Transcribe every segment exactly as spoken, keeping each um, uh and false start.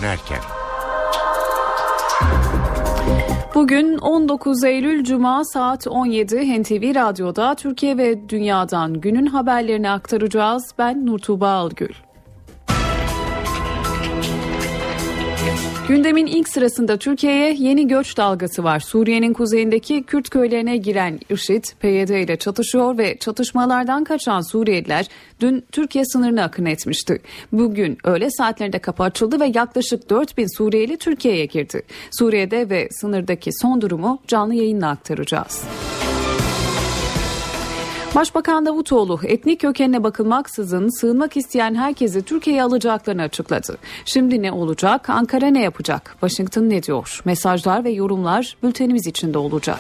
dönerken. Bugün on dokuz Eylül Cuma saat on yedi N T V Radyo'da Türkiye ve dünyadan günün haberlerini aktaracağız. Ben Nurtuğba Algül. Gündemin ilk sırasında Türkiye'ye yeni göç dalgası var. Suriye'nin kuzeyindeki Kürt köylerine giren IŞİD, P Y D ile çatışıyor ve çatışmalardan kaçan Suriyeliler dün Türkiye sınırına akın etmişti. Bugün öğle saatlerinde kapı açıldı ve yaklaşık dört bin Suriyeli Türkiye'ye girdi. Suriye'de ve sınırdaki son durumu canlı yayınla aktaracağız. Başbakan Davutoğlu etnik kökenine bakılmaksızın sığınmak isteyen herkesi Türkiye'ye alacaklarını açıkladı. Şimdi ne olacak? Ankara ne yapacak? Washington ne diyor? Mesajlar ve yorumlar bültenimiz içinde olacak.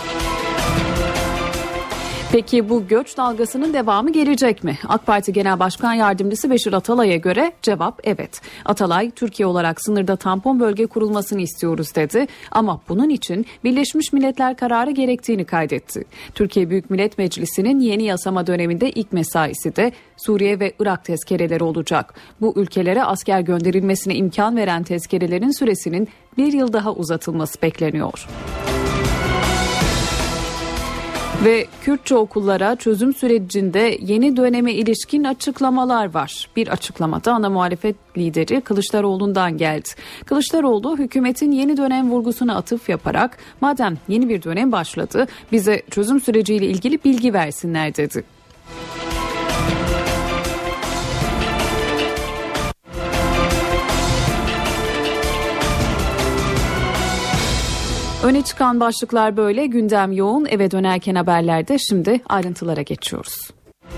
Peki bu göç dalgasının devamı gelecek mi? AK Parti Genel Başkan Yardımcısı Beşir Atalay'a göre cevap evet. Atalay, Türkiye olarak sınırda tampon bölge kurulmasını istiyoruz dedi. Ama bunun için Birleşmiş Milletler kararı gerektiğini kaydetti. Türkiye Büyük Millet Meclisi'nin yeni yasama döneminde ilk mesaisi de Suriye ve Irak tezkereleri olacak. Bu ülkelere asker gönderilmesine imkan veren tezkerelerin süresinin bir yıl daha uzatılması bekleniyor. Ve Kürtçe okullara çözüm sürecinde yeni döneme ilişkin açıklamalar var. Bir açıklamada ana muhalefet lideri Kılıçdaroğlu'ndan geldi. Kılıçdaroğlu hükümetin yeni dönem vurgusuna atıf yaparak madem yeni bir dönem başladı bize çözüm süreciyle ilgili bilgi versinler dedi. Öne çıkan başlıklar böyle. Gündem yoğun. Eve dönerken haberlerde şimdi ayrıntılara geçiyoruz.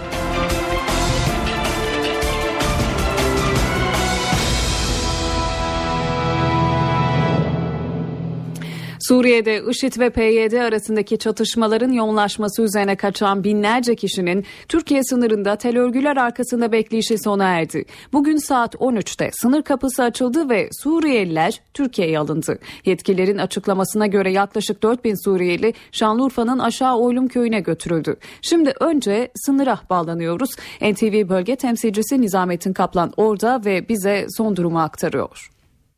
Suriye'de IŞİD ve P Y D arasındaki çatışmaların yoğunlaşması üzerine kaçan binlerce kişinin Türkiye sınırında tel örgüler arkasında bekleyişi sona erdi. Bugün saat on üçte sınır kapısı açıldı ve Suriyeliler Türkiye'ye alındı. Yetkililerin açıklamasına göre yaklaşık dört bin Suriyeli Şanlıurfa'nın Aşağı Oylum köyüne götürüldü. Şimdi önce sınıra bağlanıyoruz. N T V bölge temsilcisi Nizamettin Kaplan orada ve bize son durumu aktarıyor.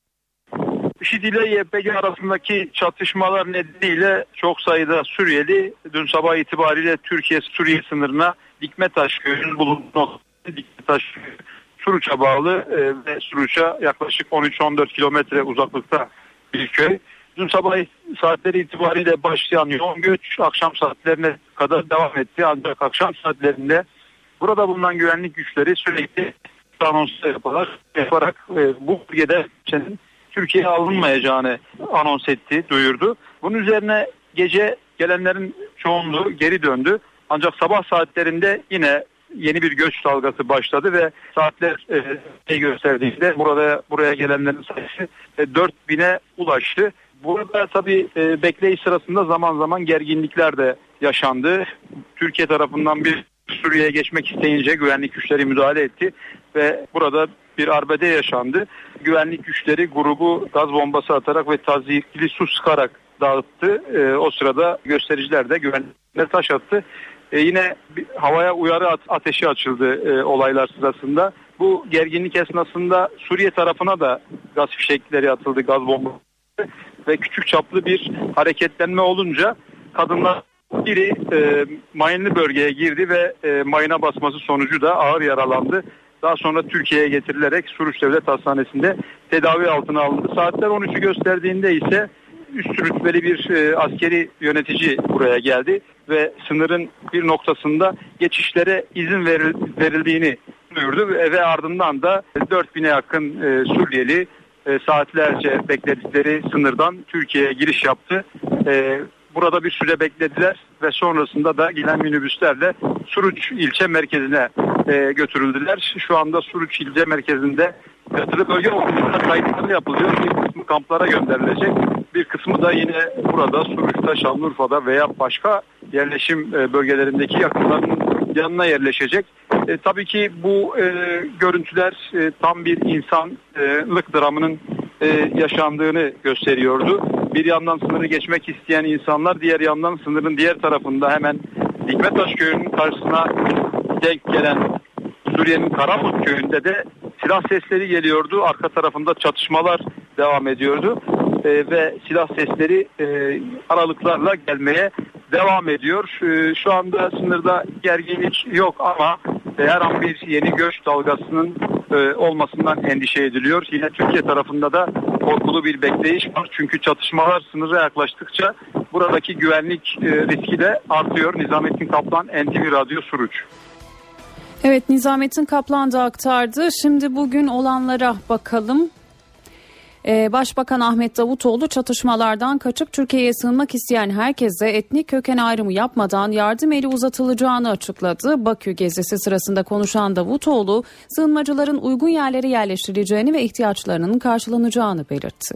IŞİD ile Y P G arasındaki çatışmalar nedeniyle çok sayıda Suriyeli dün sabah itibariyle Türkiye-Suriye sınırına Dikmetaş köyünün bulunduğu Dikmetaş Suruç'a bağlı ve Suruç'a yaklaşık on üç on dört kilometre uzaklıkta bir köy. Dün sabah saatleri itibariyle başlayan yoğun göç akşam saatlerine kadar devam etti. Ancak akşam saatlerinde burada bulunan güvenlik güçleri sürekli anonslar yaparak, yaparak bu bölgede Türkiye'ye alınmayacağını anons etti, duyurdu. Bunun üzerine gece gelenlerin çoğunluğu geri döndü. Ancak sabah saatlerinde yine yeni bir göç dalgası başladı ve saatler e, gösterdiğinde burada buraya gelenlerin sayısı e, dört bine ulaştı. Burada tabii e, bekleyiş sırasında zaman zaman gerginlikler de yaşandı. Türkiye tarafından bir Suriye'ye geçmek isteyince güvenlik güçleri müdahale etti ve burada bir arbede yaşandı. Güvenlik güçleri grubu gaz bombası atarak ve tazyikli su sıkarak dağıttı. E, o sırada göstericiler de güvenlikle taş attı. E, yine bir, havaya uyarı ateşi açıldı e, olaylar sırasında. Bu gerginlik esnasında Suriye tarafına da gaz fişekleri atıldı, gaz bombası ve küçük çaplı bir hareketlenme olunca kadınlar biri e, mayınlı bölgeye girdi ve e, mayına basması sonucu da ağır yaralandı. Daha sonra Türkiye'ye getirilerek Suruç Devlet Hastanesi'nde tedavi altına alındı. Saatler on üçü gösterdiğinde ise üst rütbeli bir e, askeri yönetici buraya geldi ve sınırın bir noktasında geçişlere izin veril, verildiğini duyurdu ve, ve ardından da dört bine yakın e, Suriyeli e, saatlerce bekledikleri sınırdan Türkiye'ye giriş yaptı. E, Burada bir süre beklediler ve sonrasında da gelen minibüslerle Suruç ilçe merkezine e, götürüldüler. Şu anda Suruç ilçe merkezinde yatılı bölge okulunda kayıtları yapılıyor. Bir kısmı kamplara gönderilecek. Bir kısmı da yine burada Suruç'ta, Şanlıurfa'da veya başka yerleşim e, bölgelerindeki yakınlarının yanına yerleşecek. E, tabii ki bu e, görüntüler e, tam bir insanlık dramının e, yaşandığını gösteriyordu. Bir yandan sınırı geçmek isteyen insanlar, diğer yandan sınırın diğer tarafında hemen Dikmetaş köyünün karşısına denk gelen Suriye'nin Karamut köyünde de silah sesleri geliyordu. Arka tarafında çatışmalar devam ediyordu. E, ve silah sesleri e, aralıklarla gelmeye devam ediyor. E, şu anda sınırda gerginlik yok ama e, her an bir yeni göç dalgasının e, olmasından endişe ediliyor. Yine Türkiye tarafında da korkulu bir bekleyiş var. Çünkü çatışmalar sınıra yaklaştıkça buradaki güvenlik e, riski de artıyor. Nizamettin Kaplan, N T V Radyo Suruç. Evet, Nizamettin Kaplan da aktardı. Şimdi bugün olanlara bakalım. Ee, Başbakan Ahmet Davutoğlu çatışmalardan kaçıp Türkiye'ye sığınmak isteyen herkese etnik köken ayrımı yapmadan yardım eli uzatılacağını açıkladı. Bakü gezisi sırasında konuşan Davutoğlu, sığınmacıların uygun yerlere yerleştirileceğini ve ihtiyaçlarının karşılanacağını belirtti.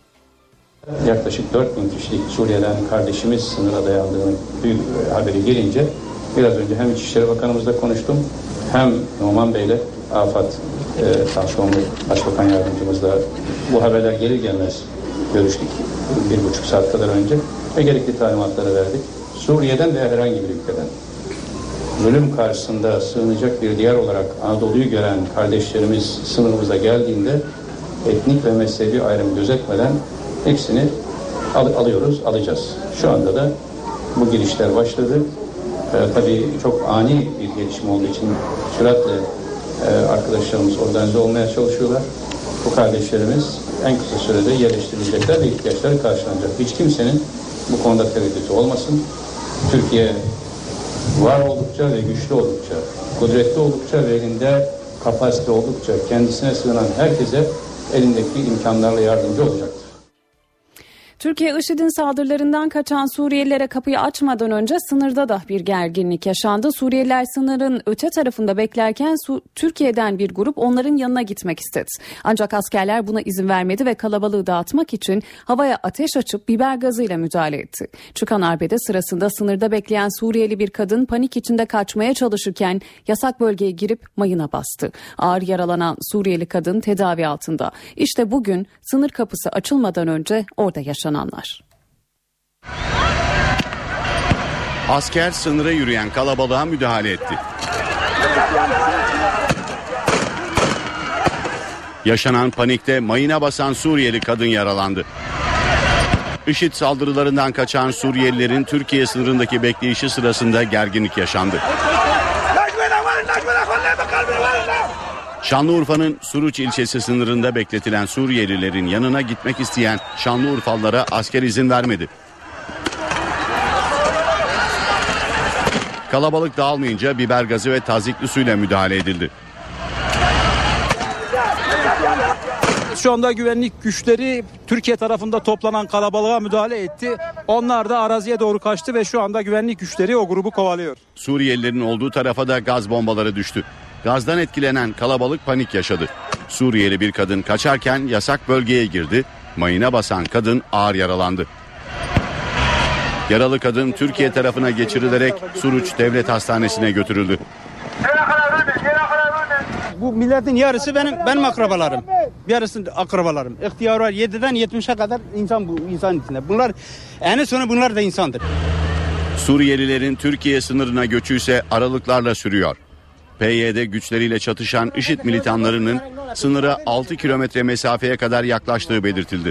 Yaklaşık dört bin kişilik Suriye'den kardeşimiz sınıra dayandığını büyük haberi gelince biraz önce hem İçişleri Bakanımızla konuştum hem Numan Bey'le AFAD e, Taşoğlu Başbakan Yardımcımızla bu haberler gelir gelmez görüştük bir buçuk saat kadar önce ve gerekli talimatları verdik. Suriye'den veya herhangi bir ülkeden zulüm karşısında sığınacak bir diyar olarak Anadolu'yu gören kardeşlerimiz sınırımıza geldiğinde etnik ve mezhebi ayrım gözetmeden hepsini al- alıyoruz, alacağız. Şu anda da bu girişler başladı. Ee, tabii çok ani bir gelişme olduğu için süratle e, arkadaşlarımız organize olmaya çalışıyorlar. Bu kardeşlerimiz en kısa sürede yerleştirilecekler ve ihtiyaçları karşılanacak. Hiç kimsenin bu konuda tereddütü olmasın. Türkiye var oldukça ve güçlü oldukça, kudretli oldukça ve elinde kapasite oldukça kendisine sığınan herkese elindeki imkanlarla yardımcı olacaktır. Türkiye, IŞİD'in saldırılarından kaçan Suriyelilere kapıyı açmadan önce sınırda da bir gerginlik yaşandı. Suriyeliler sınırın öte tarafında beklerken Su- Türkiye'den bir grup onların yanına gitmek istedi. Ancak askerler buna izin vermedi ve kalabalığı dağıtmak için havaya ateş açıp biber gazıyla müdahale etti. Çıkan arbede sırasında sınırda bekleyen Suriyeli bir kadın panik içinde kaçmaya çalışırken yasak bölgeye girip mayına bastı. Ağır yaralanan Suriyeli kadın tedavi altında. İşte bugün sınır kapısı açılmadan önce orada yaşandı. Asker sınıra yürüyen kalabalığa müdahale etti. Yaşanan panikte mayına basan Suriyeli kadın yaralandı. IŞİD saldırılarından kaçan Suriyelilerin Türkiye sınırındaki bekleyişi sırasında gerginlik yaşandı. Şanlıurfa'nın Suruç ilçesi sınırında bekletilen Suriyelilerin yanına gitmek isteyen Şanlıurfalılara asker izin vermedi. Kalabalık dağılmayınca biber gazı ve tazyikli suyla müdahale edildi. Şu anda güvenlik güçleri Türkiye tarafında toplanan kalabalığa müdahale etti. Onlar da araziye doğru kaçtı ve şu anda güvenlik güçleri o grubu kovalıyor. Suriyelilerin olduğu tarafa da gaz bombaları düştü. Gazdan etkilenen kalabalık panik yaşadı. Suriyeli bir kadın kaçarken yasak bölgeye girdi. Mayına basan kadın ağır yaralandı. Yaralı kadın Türkiye tarafına geçirilerek Suruç Devlet Hastanesi'ne götürüldü. Bu milletin yarısı benim benim akrabalarım. Yarısı akrabalarım. İhtiyar var yediden yetmişe kadar insan bu insan içinde. Bunlar en sonu bunlar da insandır. Suriyelilerin Türkiye sınırına göçü ise aralıklarla sürüyor. P Y D güçleriyle çatışan IŞİD militanlarının sınıra altı kilometre mesafeye kadar yaklaştığı belirtildi.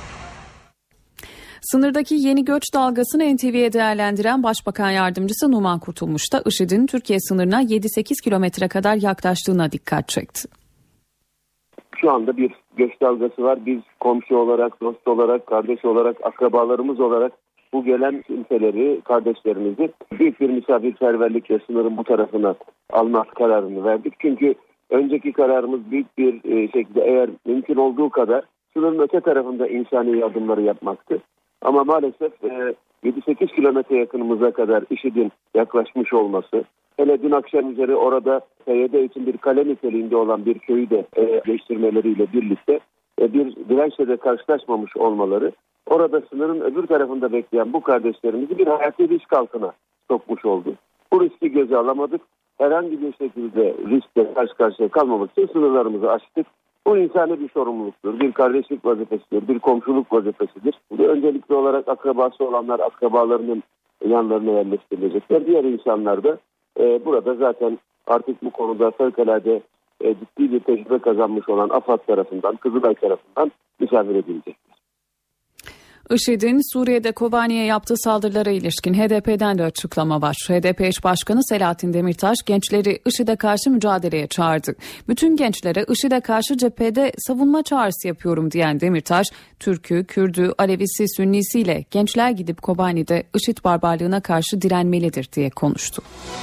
Sınırdaki yeni göç dalgasını N T V'ye değerlendiren Başbakan Yardımcısı Numan Kurtulmuş da IŞİD'in Türkiye sınırına yedi sekiz kilometre kadar yaklaştığına dikkat çekti. Şu anda bir göç dalgası var. Biz komşu olarak, dost olarak, kardeş olarak, akrabalarımız olarak bu gelen kimseleri, kardeşlerimizi büyük bir misafirperverlikle sınırın bu tarafına alma kararını verdik. Çünkü önceki kararımız büyük bir şekilde eğer mümkün olduğu kadar sınırın öte tarafında insani yardımları yapmaktı. Ama maalesef yedi sekiz kilometre yakınımıza kadar IŞİD'in yaklaşmış olması, hele dün akşam üzeri orada P Y D için bir kale niteliğinde olan bir köyü de geçtirmeleriyle birlikte bir dirençle de karşılaşmamış olmaları, orada sınırın öbür tarafında bekleyen bu kardeşlerimizi bir hayati risk altına sokmuş oldu. Bu riski göze alamadık. Herhangi bir şekilde riskle karşı karşıya kalmamak için sınırlarımızı açtık. Bu insani bir sorumluluktur, bir kardeşlik vazifesidir, bir komşuluk vazifesidir. Öncelikli olarak akrabası olanlar akrabalarının yanlarına yerleştirilecekler. Diğer insanlar da e, burada zaten artık bu konuda fevkalade e, ciddi bir tecrübe kazanmış olan AFAD tarafından, Kızılay tarafından misafir edilecek. IŞİD'in Suriye'de Kobani'ye yaptığı saldırılara ilişkin H D P'den de açıklama var. H D P eş başkanı Selahattin Demirtaş gençleri IŞİD'e karşı mücadeleye çağırdı. Bütün gençlere IŞİD'e karşı cephede savunma çağrısı yapıyorum diyen Demirtaş, Türk'ü, Kürd'ü, Alevisi, Sünnisiyle gençler gidip Kobani'de IŞİD barbarlığına karşı direnmelidir diye konuştu.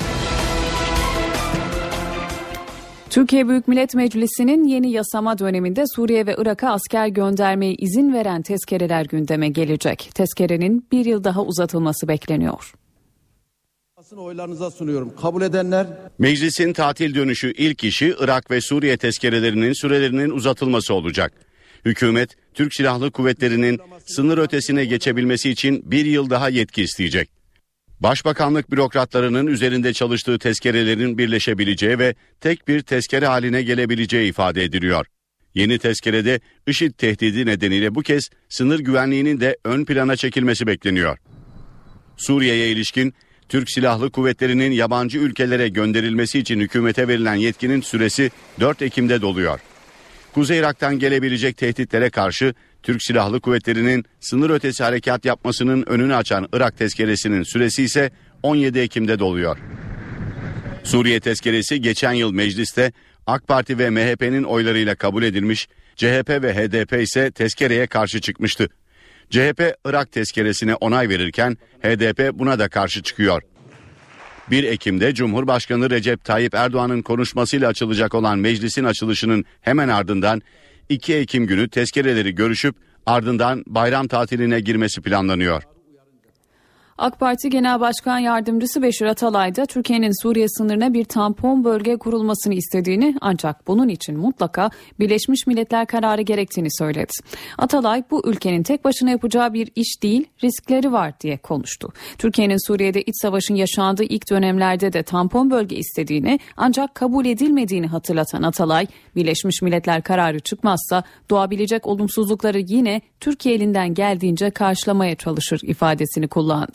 Türkiye Büyük Millet Meclisi'nin yeni yasama döneminde Suriye ve Irak'a asker göndermeye izin veren tezkereler gündeme gelecek. Tezkerenin bir yıl daha uzatılması bekleniyor. Oylarınıza sunuyorum. Kabul edenler... Meclisin tatil dönüşü ilk işi Irak ve Suriye tezkerelerinin sürelerinin uzatılması olacak. Hükümet, Türk Silahlı Kuvvetleri'nin sınır ötesine geçebilmesi için bir yıl daha yetki isteyecek. Başbakanlık bürokratlarının üzerinde çalıştığı tezkerelerin birleşebileceği ve tek bir tezkere haline gelebileceği ifade ediliyor. Yeni tezkerede IŞİD tehdidi nedeniyle bu kez sınır güvenliğinin de ön plana çekilmesi bekleniyor. Suriye'ye ilişkin Türk Silahlı Kuvvetleri'nin yabancı ülkelere gönderilmesi için hükümete verilen yetkinin süresi dört Ekim'de doluyor. Kuzey Irak'tan gelebilecek tehditlere karşı Türk Silahlı Kuvvetleri'nin sınır ötesi harekat yapmasının önünü açan Irak tezkeresinin süresi ise on yedi Ekim'de doluyor. Suriye tezkeresi geçen yıl mecliste AK Parti ve M H P'nin oylarıyla kabul edilmiş, C H P ve H D P ise tezkereye karşı çıkmıştı. C H P Irak tezkeresine onay verirken H D P buna da karşı çıkıyor. bir Ekim'de Cumhurbaşkanı Recep Tayyip Erdoğan'ın konuşmasıyla açılacak olan meclisin açılışının hemen ardından iki Ekim günü tezkereleri görüşüp ardından bayram tatiline girmesi planlanıyor. AK Parti Genel Başkan Yardımcısı Beşir Atalay da Türkiye'nin Suriye sınırına bir tampon bölge kurulmasını istediğini, ancak bunun için mutlaka Birleşmiş Milletler kararı gerektiğini söyledi. Atalay, bu ülkenin tek başına yapacağı bir iş değil, riskleri var diye konuştu. Türkiye'nin Suriye'de iç savaşın yaşandığı ilk dönemlerde de tampon bölge istediğini, ancak kabul edilmediğini hatırlatan Atalay, Birleşmiş Milletler kararı çıkmazsa doğabilecek olumsuzlukları yine Türkiye elinden geldiğince karşılamaya çalışır ifadesini kullandı.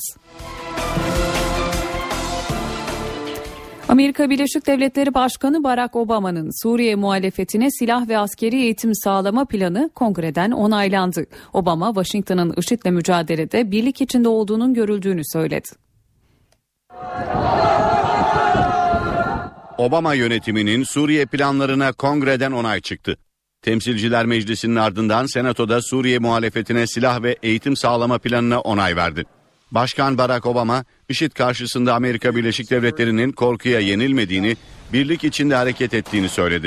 Amerika Birleşik Devletleri Başkanı Barack Obama'nın Suriye muhalefetine silah ve askeri eğitim sağlama planı Kongreden onaylandı. Obama, Washington'ın IŞİD'le mücadelede birlik içinde olduğunun görüldüğünü söyledi. Obama yönetiminin Suriye planlarına Kongreden onay çıktı. Temsilciler Meclisi'nin ardından Senato'da Suriye muhalefetine silah ve eğitim sağlama planına onay verdi. Başkan Barack Obama, IŞİD karşısında Amerika Birleşik Devletleri'nin korkuya yenilmediğini, birlik içinde hareket ettiğini söyledi.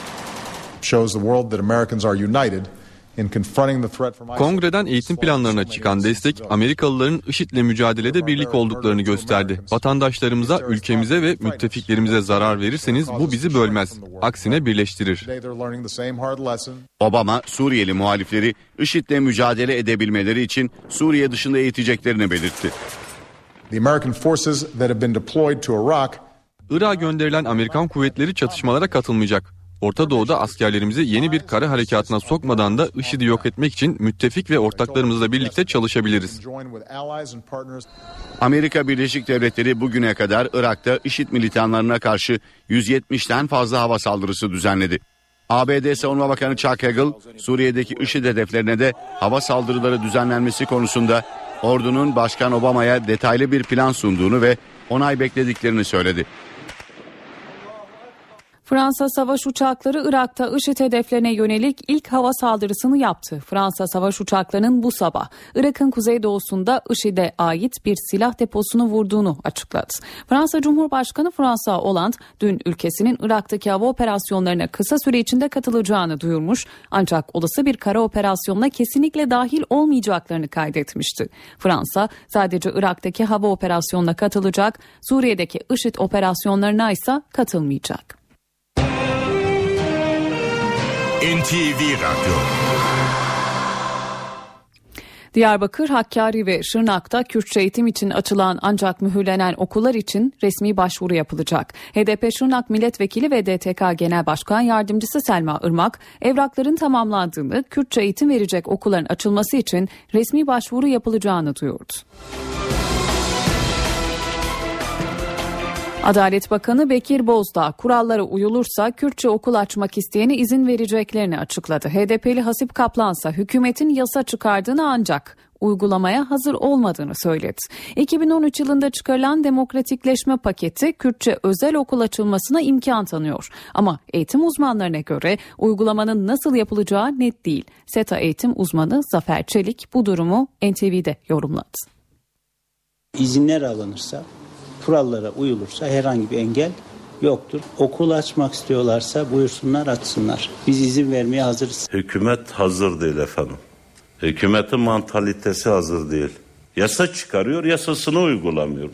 Kongreden eğitim planlarına çıkan destek, Amerikalıların IŞİD'le mücadelede birlik olduklarını gösterdi. Vatandaşlarımıza, ülkemize ve müttefiklerimize zarar verirseniz bu bizi bölmez. Aksine birleştirir. Obama, Suriyeli muhalifleri IŞİD'le mücadele edebilmeleri için Suriye dışında eğiteceklerini belirtti. Irak'a gönderilen Amerikan kuvvetleri çatışmalara katılmayacak. Orta Doğu'da askerlerimizi yeni bir kara harekatına sokmadan da IŞİD'i yok etmek için müttefik ve ortaklarımızla birlikte çalışabiliriz. Amerika Birleşik Devletleri bugüne kadar Irak'ta IŞİD militanlarına karşı yüz yetmişten fazla hava saldırısı düzenledi. A B D Savunma Bakanı Chuck Hagel, Suriye'deki IŞİD hedeflerine de hava saldırıları düzenlenmesi konusunda ordunun Başkan Obama'ya detaylı bir plan sunduğunu ve onay beklediklerini söyledi. Fransa savaş uçakları Irak'ta IŞİD hedeflerine yönelik ilk hava saldırısını yaptı. Fransa savaş uçaklarının bu sabah Irak'ın kuzeydoğusunda IŞİD'e ait bir silah deposunu vurduğunu açıkladı. Fransa Cumhurbaşkanı François Hollande dün ülkesinin Irak'taki hava operasyonlarına kısa süre içinde katılacağını duyurmuş, ancak olası bir kara operasyonuna kesinlikle dahil olmayacaklarını kaydetmişti. Fransa sadece Irak'taki hava operasyonuna katılacak, Suriye'deki IŞİD operasyonlarına ise katılmayacak. N T V Radyo. Diyarbakır, Hakkari ve Şırnak'ta Kürtçe eğitim için açılan ancak mühürlenen okullar için resmi başvuru yapılacak. H D P Şırnak Milletvekili ve D T K Genel Başkan Yardımcısı Selma Irmak, evrakların tamamlandığını, Kürtçe eğitim verecek okulların açılması için resmi başvuru yapılacağını duyurdu. Adalet Bakanı Bekir Bozdağ kurallara uyulursa Kürtçe okul açmak isteyene izin vereceklerini açıkladı. H D P'li Hasip Kaplansa hükümetin yasa çıkardığını ancak uygulamaya hazır olmadığını söyledi. iki bin on üç yılında çıkarılan demokratikleşme paketi Kürtçe özel okul açılmasına imkan tanıyor. Ama eğitim uzmanlarına göre uygulamanın nasıl yapılacağı net değil. SETA eğitim uzmanı Zafer Çelik bu durumu N T V'de yorumladı. İzinler alınırsa, kurallara uyulursa herhangi bir engel yoktur. Okul açmak istiyorlarsa buyursunlar, açsınlar. Biz izin vermeye hazırız. Hükümet hazır değil efendim. Hükümetin mantalitesi hazır değil. Yasa çıkarıyor, yasasını uygulamıyor.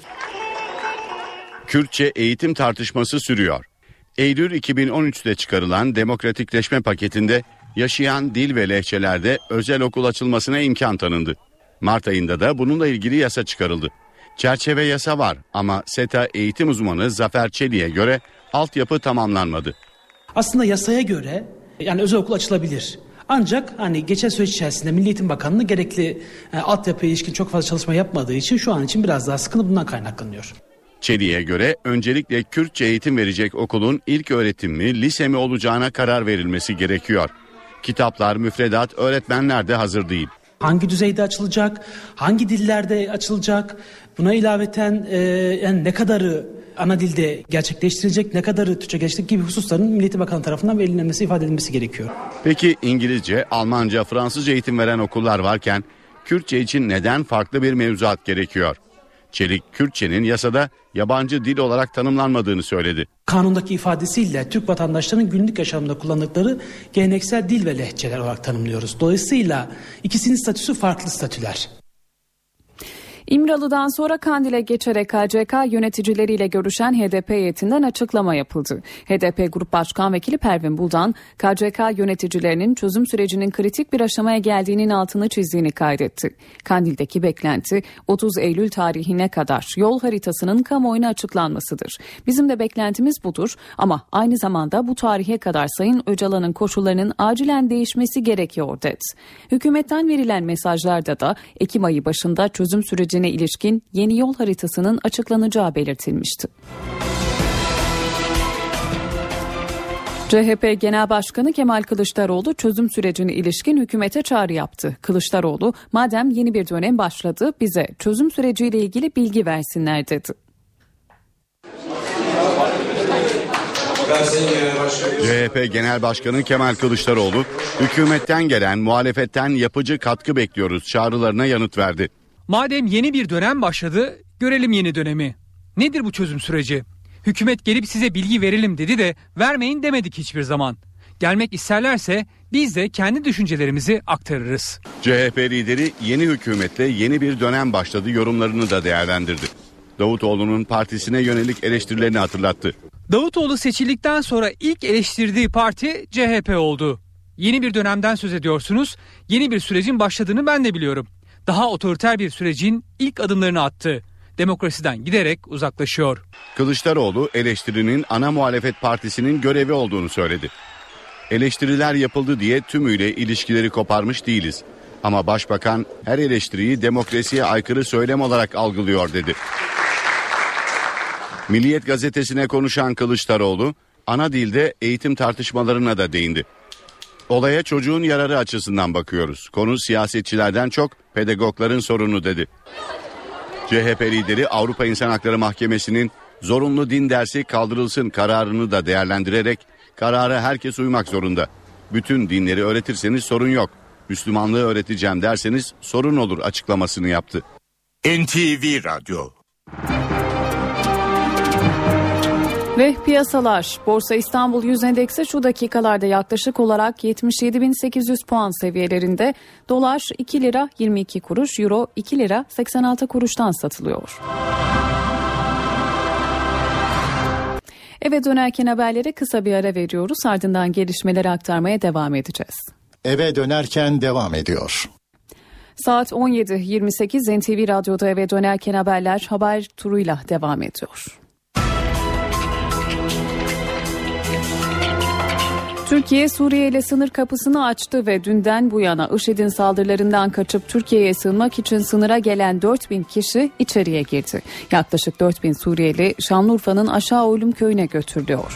Kürtçe eğitim tartışması sürüyor. Eylül iki bin on üçte çıkarılan demokratikleşme paketinde yaşayan dil ve lehçelerde özel okul açılmasına imkan tanındı. Mart ayında da bununla ilgili yasa çıkarıldı. Çerçeve yasa var ama SETA eğitim uzmanı Zafer Çelik'e göre altyapı tamamlanmadı. Aslında yasaya göre yani özel okul açılabilir. Ancak hani geçen süreç içerisinde Milli Eğitim Bakanlığı gerekli e, altyapıya ilişkin çok fazla çalışma yapmadığı için şu an için biraz daha sıkıntı bundan kaynaklanıyor. Çelik'e göre öncelikle Kürtçe eğitim verecek okulun ilk öğretim mi, lise mi olacağına karar verilmesi gerekiyor. Kitaplar, müfredat, öğretmenler de hazır değil. Hangi düzeyde açılacak, hangi dillerde açılacak, buna ilaveten e, yani ne kadarı ana dilde gerçekleştirilecek, ne kadarı Türkçe gerçekleştirecek gibi hususların Milli Eğitim Bakanlığı tarafından belirlenmesi, ifade edilmesi gerekiyor. Peki İngilizce, Almanca, Fransızca eğitim veren okullar varken Kürtçe için neden farklı bir mevzuat gerekiyor? Çelik, Kürtçenin yasada yabancı dil olarak tanımlanmadığını söyledi. Kanundaki ifadesiyle Türk vatandaşlarının günlük yaşamında kullandıkları geleneksel dil ve lehçeler olarak tanımlıyoruz. Dolayısıyla ikisinin statüsü farklı statüler. İmralı'dan sonra Kandil'e geçerek K C K yöneticileriyle görüşen H D P heyetinden açıklama yapıldı. H D P Grup Başkan Vekili Pervin Buldan, K C K yöneticilerinin çözüm sürecinin kritik bir aşamaya geldiğinin altını çizdiğini kaydetti. Kandil'deki beklenti otuz Eylül tarihine kadar yol haritasının kamuoyuna açıklanmasıdır. Bizim de beklentimiz budur ama aynı zamanda bu tarihe kadar Sayın Öcalan'ın koşullarının acilen değişmesi gerekiyor dedi. Hükümetten verilen mesajlarda da Ekim ayı başında çözüm sürecinin ilişkin yeni yol haritasının açıklanacağı belirtilmişti. C H P Genel Başkanı Kemal Kılıçdaroğlu çözüm sürecine ilişkin hükümete çağrı yaptı. Kılıçdaroğlu, madem yeni bir dönem başladı, bize çözüm süreciyle ilgili bilgi versinler dedi. C H P Genel Başkanı Kemal Kılıçdaroğlu, hükümetten gelen muhalefetten yapıcı katkı bekliyoruz çağrılarına yanıt verdi. Madem yeni bir dönem başladı, görelim yeni dönemi. Nedir bu çözüm süreci? Hükümet gelip size bilgi verelim dedi de vermeyin demedik hiçbir zaman. Gelmek isterlerse biz de kendi düşüncelerimizi aktarırız. C H P lideri yeni hükümetle yeni bir dönem başladı yorumlarını da değerlendirdi. Davutoğlu'nun partisine yönelik eleştirilerini hatırlattı. Davutoğlu seçildikten sonra ilk eleştirdiği parti C H P oldu. Yeni bir dönemden söz ediyorsunuz. Yeni bir sürecin başladığını ben de biliyorum. Daha otoriter bir sürecin ilk adımlarını attı. Demokrasiden giderek uzaklaşıyor. Kılıçdaroğlu eleştirinin ana muhalefet partisinin görevi olduğunu söyledi. Eleştiriler yapıldı diye tümüyle ilişkileri koparmış değiliz. Ama başbakan her eleştiriyi demokrasiye aykırı söylem olarak algılıyor dedi. Milliyet gazetesine konuşan Kılıçdaroğlu, ana dilde eğitim tartışmalarına da değindi. Olaya çocuğun yararı açısından bakıyoruz. Konu siyasetçilerden çok pedagogların sorunu dedi. C H P lideri Avrupa İnsan Hakları Mahkemesi'nin zorunlu din dersi kaldırılsın kararını da değerlendirerek karara herkes uymak zorunda. Bütün dinleri öğretirseniz sorun yok. Müslümanlığı öğreteceğim derseniz sorun olur açıklamasını yaptı. N T V Radyo. Ve piyasalar, Borsa İstanbul Yüz Endeksi şu dakikalarda yaklaşık olarak yetmiş yedi bin sekiz yüz puan seviyelerinde. Dolar iki lira yirmi iki kuruş, Euro iki lira seksen altı kuruştan satılıyor. Eve dönerken haberlere kısa bir ara veriyoruz. Ardından gelişmeleri aktarmaya devam edeceğiz. Eve dönerken devam ediyor. Saat on yedi yirmi sekiz N T V Radyo'da eve dönerken haberler haber turuyla devam ediyor. Türkiye, Suriye ile sınır kapısını açtı ve dünden bu yana IŞİD'in saldırılarından kaçıp Türkiye'ye sığınmak için sınıra gelen dört bin kişi içeriye girdi. Yaklaşık dört bin Suriyeli Şanlıurfa'nın Aşağı Oylum köyüne götürülüyor.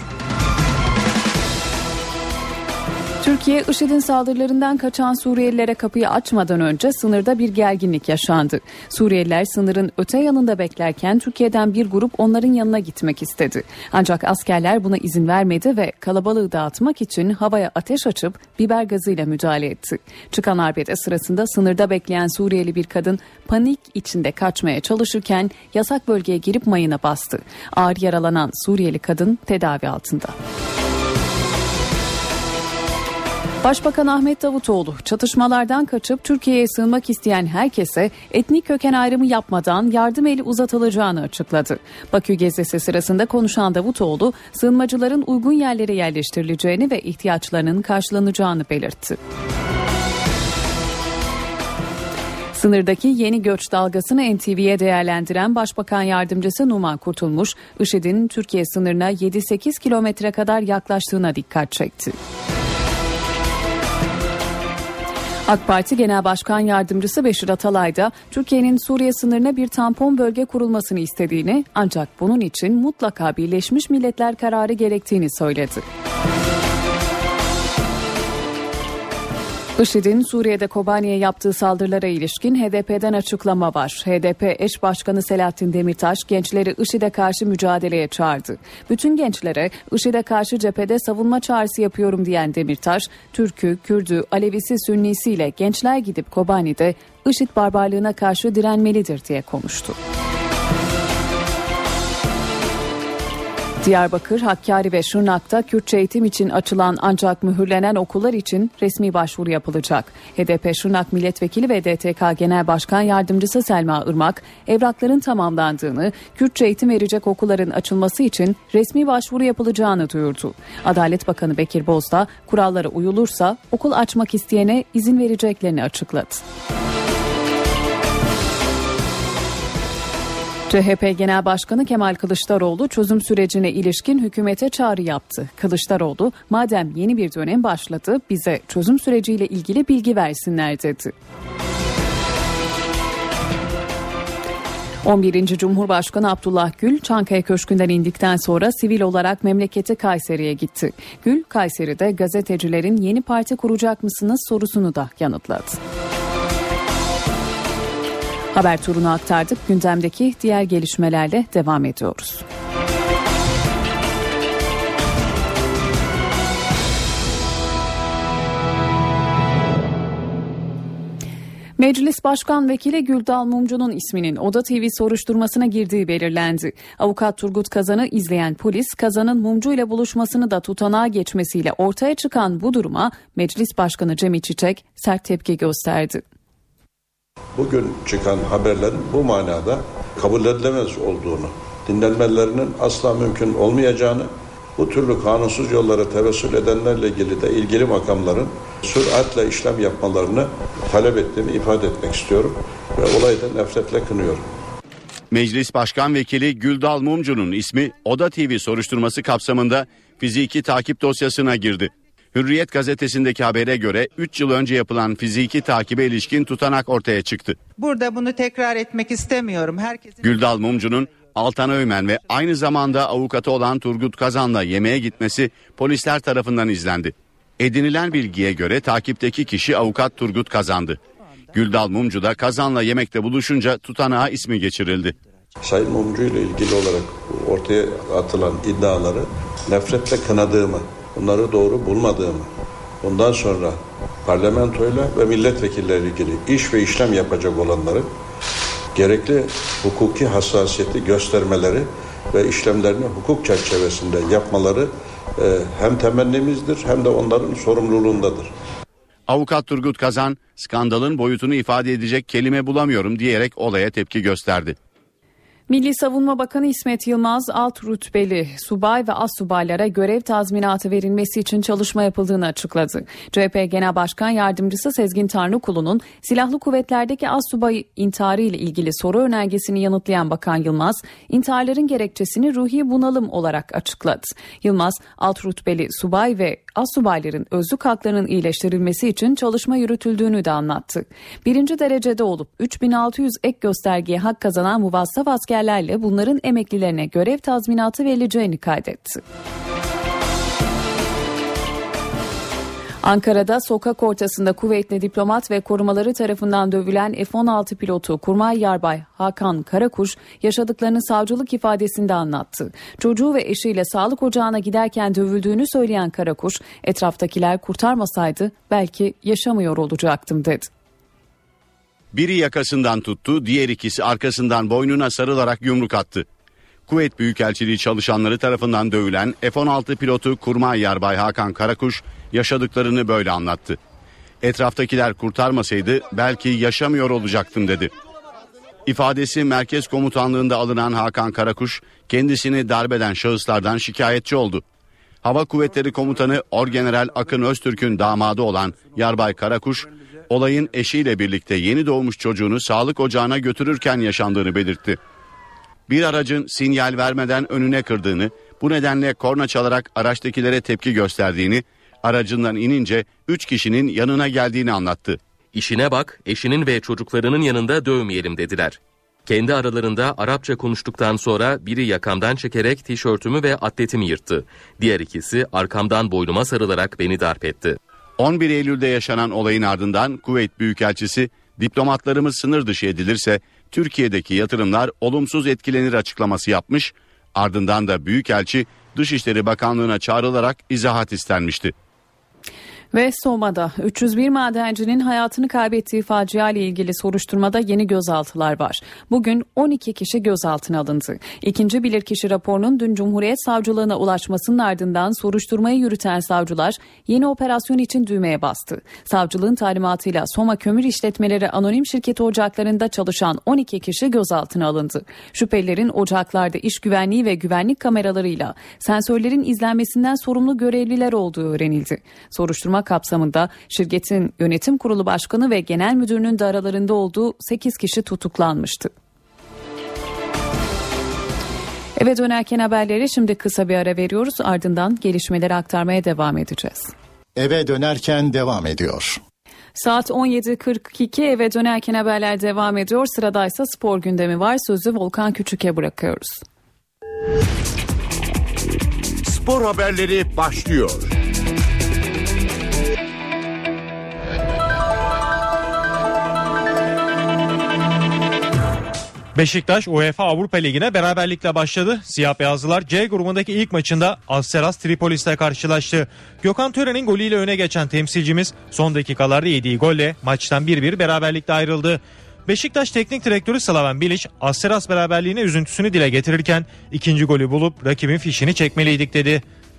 Türkiye, IŞİD'in saldırılarından kaçan Suriyelilere kapıyı açmadan önce sınırda bir gerginlik yaşandı. Suriyeliler sınırın öte yanında beklerken Türkiye'den bir grup onların yanına gitmek istedi. Ancak askerler buna izin vermedi ve kalabalığı dağıtmak için havaya ateş açıp biber gazıyla müdahale etti. Çıkan arbede sırasında sınırda bekleyen Suriyeli bir kadın panik içinde kaçmaya çalışırken yasak bölgeye girip mayına bastı. Ağır yaralanan Suriyeli kadın tedavi altında. Başbakan Ahmet Davutoğlu, çatışmalardan kaçıp Türkiye'ye sığınmak isteyen herkese etnik köken ayrımı yapmadan yardım eli uzatılacağını açıkladı. Bakü gezisi sırasında konuşan Davutoğlu, sığınmacıların uygun yerlere yerleştirileceğini ve ihtiyaçlarının karşılanacağını belirtti. Sınırdaki yeni göç dalgasını N T V'ye değerlendiren Başbakan Yardımcısı Numan Kurtulmuş, IŞİD'in Türkiye sınırına yedi sekiz kilometre kadar yaklaştığına dikkat çekti. AK Parti Genel Başkan Yardımcısı Beşir Atalay da Türkiye'nin Suriye sınırına bir tampon bölge kurulmasını istediğini, ancak bunun için mutlaka Birleşmiş Milletler kararı gerektiğini söyledi. IŞİD'in Suriye'de Kobani'ye yaptığı saldırılara ilişkin H D P'den açıklama var. H D P eş başkanı Selahattin Demirtaş gençleri IŞİD'e karşı mücadeleye çağırdı. Bütün gençlere IŞİD'e karşı cephede savunma çağrısı yapıyorum diyen Demirtaş, Türk'ü, Kürd'ü, Alevisi, Sünnisiyle gençler gidip Kobani'de IŞİD barbarlığına karşı direnmelidir diye konuştu. Diyarbakır, Hakkari ve Şırnak'ta Kürtçe eğitim için açılan ancak mühürlenen okullar için resmi başvuru yapılacak. H D P Şırnak Milletvekili ve D T K Genel Başkan Yardımcısı Selma Irmak, evrakların tamamlandığını, Kürtçe eğitim verecek okulların açılması için resmi başvuru yapılacağını duyurdu. Adalet Bakanı Bekir Bozdağ, kurallara uyulursa okul açmak isteyene izin vereceklerini açıkladı. C H P Genel Başkanı Kemal Kılıçdaroğlu çözüm sürecine ilişkin hükümete çağrı yaptı. Kılıçdaroğlu, madem yeni bir dönem başladı, bize çözüm süreciyle ilgili bilgi versinler dedi. on birinci Cumhurbaşkanı Abdullah Gül, Çankaya Köşkü'nden indikten sonra sivil olarak memleketi Kayseri'ye gitti. Gül, Kayseri'de gazetecilerin yeni parti kuracak mısınız sorusunu da yanıtladı. Haber turunu aktardık. Gündemdeki diğer gelişmelerle devam ediyoruz. Meclis Başkan Vekili Güldal Mumcu'nun isminin Oda T V soruşturmasına girdiği belirlendi. Avukat Turgut Kazan'ı izleyen polis, Kazan'ın Mumcu ile buluşmasını da tutanağa geçmesiyle ortaya çıkan bu duruma Meclis Başkanı Cemil Çiçek sert tepki gösterdi. Bugün çıkan haberlerin bu manada kabul edilemez olduğunu, dinlenmelerinin asla mümkün olmayacağını, bu türlü kanunsuz yollara tevessül edenlerle ilgili de ilgili makamların süratle işlem yapmalarını talep ettiğimi ifade etmek istiyorum ve olayı da nefretle kınıyorum. Meclis Başkan Vekili Güldal Mumcu'nun ismi Oda T V soruşturması kapsamında fiziki takip dosyasına girdi. Hürriyet gazetesindeki habere göre üç yıl önce yapılan fiziki takibe ilişkin tutanak ortaya çıktı. Burada bunu tekrar etmek istemiyorum. Herkesin... Güldal Mumcu'nun Altan Öymen ve aynı zamanda avukatı olan Turgut Kazan'la yemeğe gitmesi polisler tarafından izlendi. Edinilen bilgiye göre takipteki kişi avukat Turgut Kazan'dı. Güldal Mumcu da Kazan'la yemekte buluşunca tutanağa ismi geçirildi. Sayın Mumcu ile ilgili olarak ortaya atılan iddiaları nefretle kınadığımı, bunları doğru bulmadığımı, bundan sonra parlamentoyla ve milletvekilleri ilgili iş ve işlem yapacak olanları gerekli hukuki hassasiyeti göstermeleri ve işlemlerini hukuk çerçevesinde yapmaları e, hem temennimizdir hem de onların sorumluluğundadır. Avukat Turgut Kazan, skandalın boyutunu ifade edecek kelime bulamıyorum diyerek olaya tepki gösterdi. Milli Savunma Bakanı İsmet Yılmaz, alt rütbeli subay ve astsubaylara görev tazminatı verilmesi için çalışma yapıldığını açıkladı. C H P Genel Başkan Yardımcısı Sezgin Tanrıkulu'nun silahlı kuvvetlerdeki astsubay intiharı ile ilgili soru önergesini yanıtlayan Bakan Yılmaz, intiharların gerekçesini ruhi bunalım olarak açıkladı. Yılmaz, alt rütbeli subay ve astsubayların özlük haklarının iyileştirilmesi için çalışma yürütüldüğünü de anlattı. Birinci derecede olup üç bin altı yüz ek göstergeye hak kazanan muvazzaf askerlerle bunların emeklilerine görev tazminatı verileceğini kaydetti. Ankara'da sokak ortasında kuvvetli diplomat ve korumaları tarafından dövülen F on altı pilotu Kurmay Yarbay Hakan Karakuş yaşadıklarını savcılık ifadesinde anlattı. Çocuğu ve eşiyle sağlık ocağına giderken dövüldüğünü söyleyen Karakuş, etraftakiler kurtarmasaydı belki yaşamıyor olacaktım dedi. Biri yakasından tuttu, diğer ikisi arkasından boynuna sarılarak yumruk attı. Kuveyt Büyükelçiliği çalışanları tarafından dövülen F on altı pilotu Kurmay Yarbay Hakan Karakuş yaşadıklarını böyle anlattı. Etraftakiler kurtarmasaydı belki yaşamıyor olacaktım dedi. İfadesi Merkez Komutanlığı'nda alınan Hakan Karakuş kendisini darbeden şahıslardan şikayetçi oldu. Hava Kuvvetleri Komutanı Orgeneral Akın Öztürk'ün damadı olan Yarbay Karakuş, olayın eşiyle birlikte yeni doğmuş çocuğunu sağlık ocağına götürürken yaşandığını belirtti. Bir aracın sinyal vermeden önüne kırdığını, bu nedenle korna çalarak araçtakilere tepki gösterdiğini, aracından inince üç kişinin yanına geldiğini anlattı. İşine bak, eşinin ve çocuklarının yanında dövmeyelim dediler. Kendi aralarında Arapça konuştuktan sonra biri yakamdan çekerek tişörtümü ve atletimi yırttı. Diğer ikisi arkamdan boynuma sarılarak beni darp etti. on bir Eylül'de yaşanan olayın ardından Kuveyt Büyükelçisi, diplomatlarımız sınır dışı edilirse Türkiye'deki yatırımlar olumsuz etkilenir açıklaması yapmış, ardından da Büyükelçi Dışişleri Bakanlığı'na çağrılarak izahat istenmişti. Ve Soma'da üç yüz bir madencinin hayatını kaybettiği facia ile ilgili soruşturmada yeni gözaltılar var. Bugün on iki kişi gözaltına alındı. İkinci bilirkişi raporunun dün Cumhuriyet Savcılığına ulaşmasının ardından soruşturmayı yürüten savcılar yeni operasyon için düğmeye bastı. Savcılığın talimatıyla Soma Kömür İşletmeleri Anonim Şirketi ocaklarında çalışan on iki kişi gözaltına alındı. Şüphelilerin ocaklarda iş güvenliği ve güvenlik kameralarıyla sensörlerin izlenmesinden sorumlu görevliler olduğu öğrenildi. Soruşturma kapsamında şirketin yönetim kurulu başkanı ve genel müdürünün de aralarında olduğu sekiz kişi tutuklanmıştı. Eve dönerken haberleri şimdi kısa bir ara veriyoruz, ardından gelişmeleri aktarmaya devam edeceğiz. Eve dönerken devam ediyor. Saat on yedi kırk iki, eve dönerken haberler devam ediyor. Sıradaysa spor gündemi var. Sözü Volkan Küçük'e bırakıyoruz. Spor haberleri başlıyor. Beşiktaş UEFA Avrupa Ligi'ne beraberlikle başladı. Siyah beyazlılar C grubundaki ilk maçında Asteras Tripolis'le karşılaştı. Gökhan Tören'in golüyle öne geçen temsilcimiz son dakikalarda yediği golle maçtan bir bir beraberlikle ayrıldı. Beşiktaş Teknik Direktörü Slaven Bilic, Asteras beraberliğine üzüntüsünü dile getirirken ikinci golü bulup rakibin fişini çekmeliydik dedi.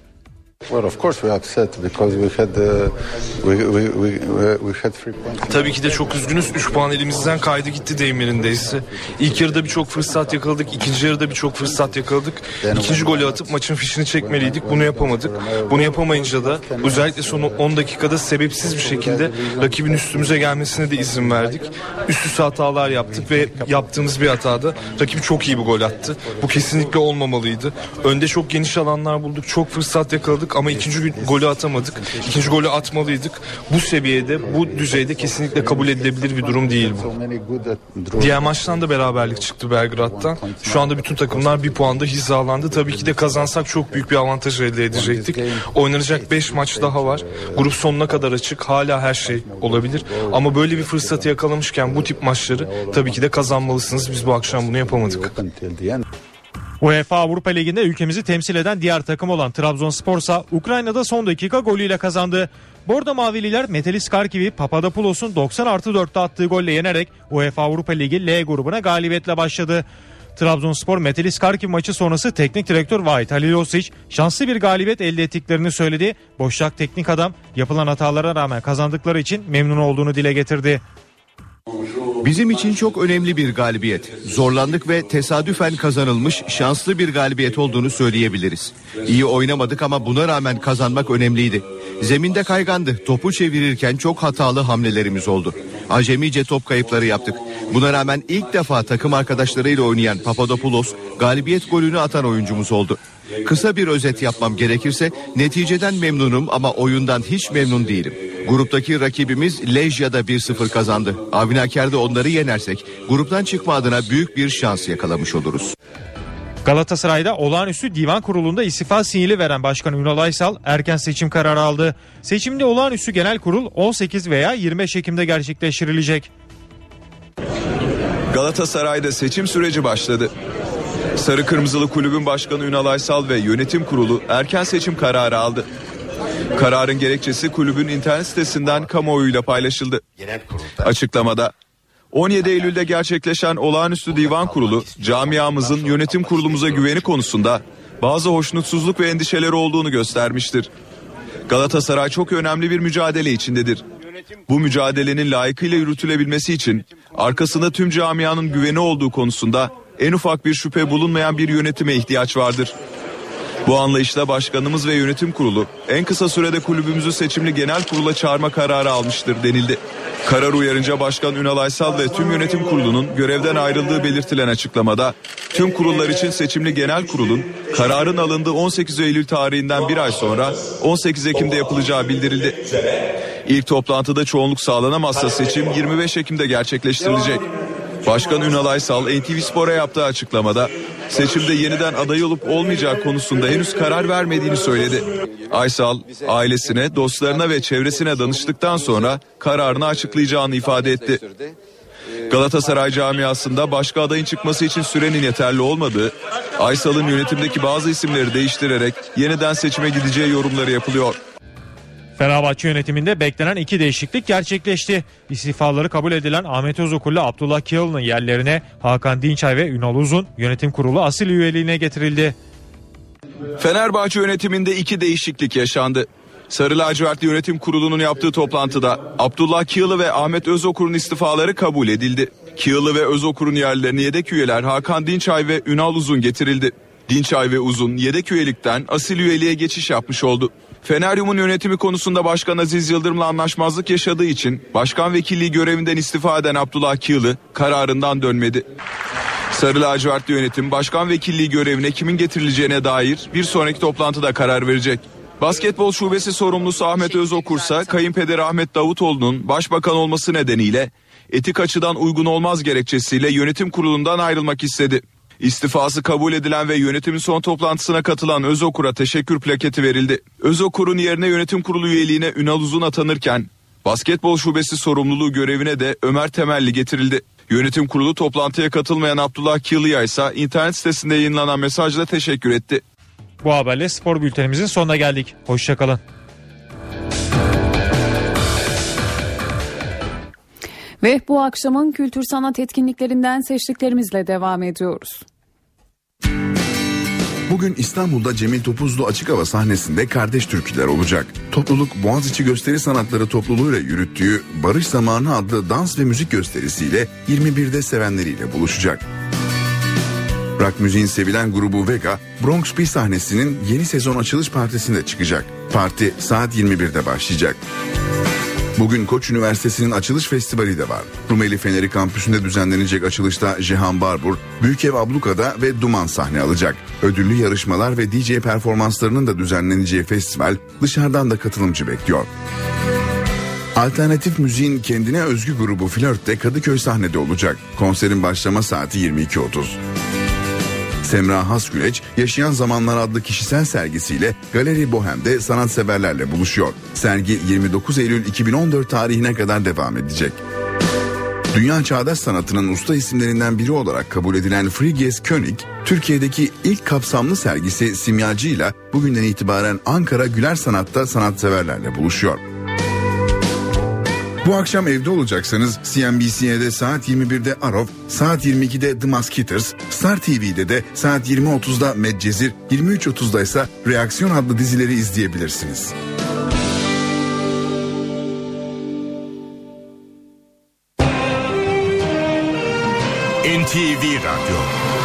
Tabii ki de çok üzgünüz. üç puan elimizden kaydı gitti deyim yerindeyse. İlk yarıda birçok fırsat yakaladık. İkinci yarıda birçok fırsat yakaladık. İkinci golü atıp maçın fişini çekmeliydik. Bunu yapamadık. Bunu yapamayınca da özellikle son on dakikada sebepsiz bir şekilde rakibin üstümüze gelmesine de izin verdik. Üst üste hatalar yaptık ve yaptığımız bir hatada rakip çok iyi bir gol attı. Bu kesinlikle olmamalıydı. Önde çok geniş alanlar bulduk. Çok fırsat yakaladık ama ikinci golü atamadık. İkinci golü atmalıydık. Bu seviyede, bu düzeyde kesinlikle kabul edilebilir bir durum değil bu. Diğer maçtan da beraberlik çıktı Belgrad'dan. Şu anda bütün takımlar bir puanda hizalandı. Tabii ki de kazansak çok büyük bir avantaj elde edecektik. Oynanacak beş maç daha var. Grup sonuna kadar açık. Hala her şey olabilir. Ama böyle bir fırsatı yakalamışken bu tip maçları tabii ki de kazanmalısınız. Biz bu akşam bunu yapamadık. UEFA Avrupa Ligi'nde ülkemizi temsil eden diğer takım olan Trabzonspor'sa Ukrayna'da son dakika golüyle kazandı. Bordo Mavililer Metalist Karkiv'i Papadopoulos'un doksan artı dörtte attığı golle yenerek UEFA Avrupa Ligi L grubuna galibiyetle başladı. Trabzonspor Metalist Karkiv maçı sonrası teknik direktör Vahit Halilosic şanslı bir galibiyet elde ettiklerini söyledi. Boşnak teknik adam yapılan hatalara rağmen kazandıkları için memnun olduğunu dile getirdi. Bizim için çok önemli bir galibiyet. Zorlandık ve tesadüfen kazanılmış şanslı bir galibiyet olduğunu söyleyebiliriz. İyi oynamadık ama buna rağmen kazanmak önemliydi. Zeminde kaygandı. Topu çevirirken çok hatalı hamlelerimiz oldu. Acemice top kayıpları yaptık. Buna rağmen ilk defa takım arkadaşlarıyla oynayan Papadopoulos galibiyet golünü atan oyuncumuz oldu. Kısa bir özet yapmam gerekirse neticeden memnunum ama oyundan hiç memnun değilim. Gruptaki rakibimiz Lejya'da bir sıfır kazandı. Avinaker'de onları yenersek gruptan çıkma adına büyük bir şans yakalamış oluruz. Galatasaray'da olağanüstü divan kurulunda istifa sinyali veren Başkan Ünal Aysal erken seçim kararı aldı. Seçimde olağanüstü genel kurul on sekiz veya yirmi beş Ekim'de gerçekleştirilecek. Galatasaray'da seçim süreci başladı. Sarı Kırmızılı Kulübün Başkanı Ünal Aysal ve yönetim kurulu erken seçim kararı aldı. Kararın gerekçesi kulübün internet sitesinden kamuoyuyla paylaşıldı. Açıklamada on yedi Eylül'de gerçekleşen olağanüstü divan kurulu camiamızın yönetim kurulumuza güveni konusunda bazı hoşnutsuzluk ve endişeleri olduğunu göstermiştir. Galatasaray çok önemli bir mücadele içindedir. Bu mücadelenin layıkıyla yürütülebilmesi için arkasında tüm camianın güveni olduğu konusunda en ufak bir şüphe bulunmayan bir yönetime ihtiyaç vardır. Bu anlayışla başkanımız ve yönetim kurulu en kısa sürede kulübümüzü seçimli genel kurula çağırma kararı almıştır denildi. Karar uyarınca Başkan Ünal Aysal ve tüm yönetim kurulunun görevden ayrıldığı belirtilen açıklamada tüm kurullar için seçimli genel kurulun kararın alındığı on sekiz Eylül tarihinden bir ay sonra on sekiz Ekim'de yapılacağı bildirildi. İlk toplantıda çoğunluk sağlanamazsa seçim yirmi beş Ekim'de gerçekleştirilecek. Başkan Ünal Aysal N T V Spor'a yaptığı açıklamada seçimde yeniden aday olup olmayacağı konusunda henüz karar vermediğini söyledi. Aysal ailesine, dostlarına ve çevresine danıştıktan sonra kararını açıklayacağını ifade etti. Galatasaray camiasında başka adayın çıkması için sürenin yeterli olmadığı, Aysal'ın yönetimdeki bazı isimleri değiştirerek yeniden seçime gideceği yorumları yapılıyor. Fenerbahçe yönetiminde beklenen iki değişiklik gerçekleşti. İstifaları kabul edilen Ahmet Özokul'la Abdullah Kiyal'ın yerlerine Hakan Dinçay ve Ünal Uzun yönetim kurulu asil üyeliğine getirildi. Fenerbahçe yönetiminde iki değişiklik yaşandı. Sarı lacivertli yönetim kurulunun yaptığı toplantıda Abdullah Kiyal'ı ve Ahmet Özokur'un istifaları kabul edildi. Kiyal'ı ve Özokur'un yerlerine yedek üyeler Hakan Dinçay ve Ünal Uzun getirildi. Dinçay ve Uzun yedek üyelikten asil üyeliğe geçiş yapmış oldu. Feneryum'un yönetimi konusunda Başkan Aziz Yıldırım'la anlaşmazlık yaşadığı için başkan vekilliği görevinden istifa eden Abdullah Kiyal'ı kararından dönmedi. Sarı lacivertli yönetim başkan vekilliği görevine kimin getirileceğine dair bir sonraki toplantıda karar verecek. Basketbol şubesi sorumlusu Ahmet Özokursa kayınpederi Ahmet Davutoğlu'nun başbakan olması nedeniyle etik açıdan uygun olmaz gerekçesiyle yönetim kurulundan ayrılmak istedi. İstifası kabul edilen ve yönetimin son toplantısına katılan Özokur'a teşekkür plaketi verildi. Özokur'un yerine yönetim kurulu üyeliğine Ünal Uzun atanırken basketbol şubesi sorumluluğu görevine de Ömer Temelli getirildi. Yönetim kurulu toplantıya katılmayan Abdullah Kiyal'ya ise internet sitesinde yayınlanan mesajla teşekkür etti. Bu haberle spor bültenimizin sonuna geldik. Hoşçakalın. Ve bu akşamın kültür sanat etkinliklerinden seçtiklerimizle devam ediyoruz. Bugün İstanbul'da Cemil Topuzlu açık hava sahnesinde Kardeş Türküler olacak. Topluluk Boğaziçi Gösteri Sanatları topluluğuyla yürüttüğü Barış Zamanı adlı dans ve müzik gösterisiyle yirmi birde sevenleriyle buluşacak. Rock müziğin sevilen grubu Vega, Bronx bir sahnesinin yeni sezon açılış partisinde çıkacak. Parti saat yirmi birde başlayacak. Bugün Koç Üniversitesi'nin açılış festivali de var. Rumeli Feneri kampüsünde düzenlenecek açılışta Cihan Barbur, Büyükev Abluka'da ve Duman sahne alacak. Ödüllü yarışmalar ve D J performanslarının da düzenleneceği festival dışarıdan da katılımcı bekliyor. Alternatif müziğin kendine özgü grubu Flört de Kadıköy sahnede olacak. Konserin başlama saati yirmi iki otuz. Semra Hasgüleç, Yaşayan Zamanlar adlı kişisel sergisiyle Galeri Bohem'de sanatseverlerle buluşuyor. Sergi yirmi dokuz Eylül iki bin on dört tarihine kadar devam edecek. Dünya çağdaş sanatının usta isimlerinden biri olarak kabul edilen Frigyes König, Türkiye'deki ilk kapsamlı sergisi Simyacı'yla bugünden itibaren Ankara Güler Sanat'ta sanatseverlerle buluşuyor. Bu akşam evde olacaksanız C N B C'de saat yirmi birde Arrow, saat yirmi ikide The Mosquitoes, Star T V'de de saat yirmi otuzda Medcezir, yirmi üç otuzda ise Reaksiyon adlı dizileri izleyebilirsiniz. N T V Radyo.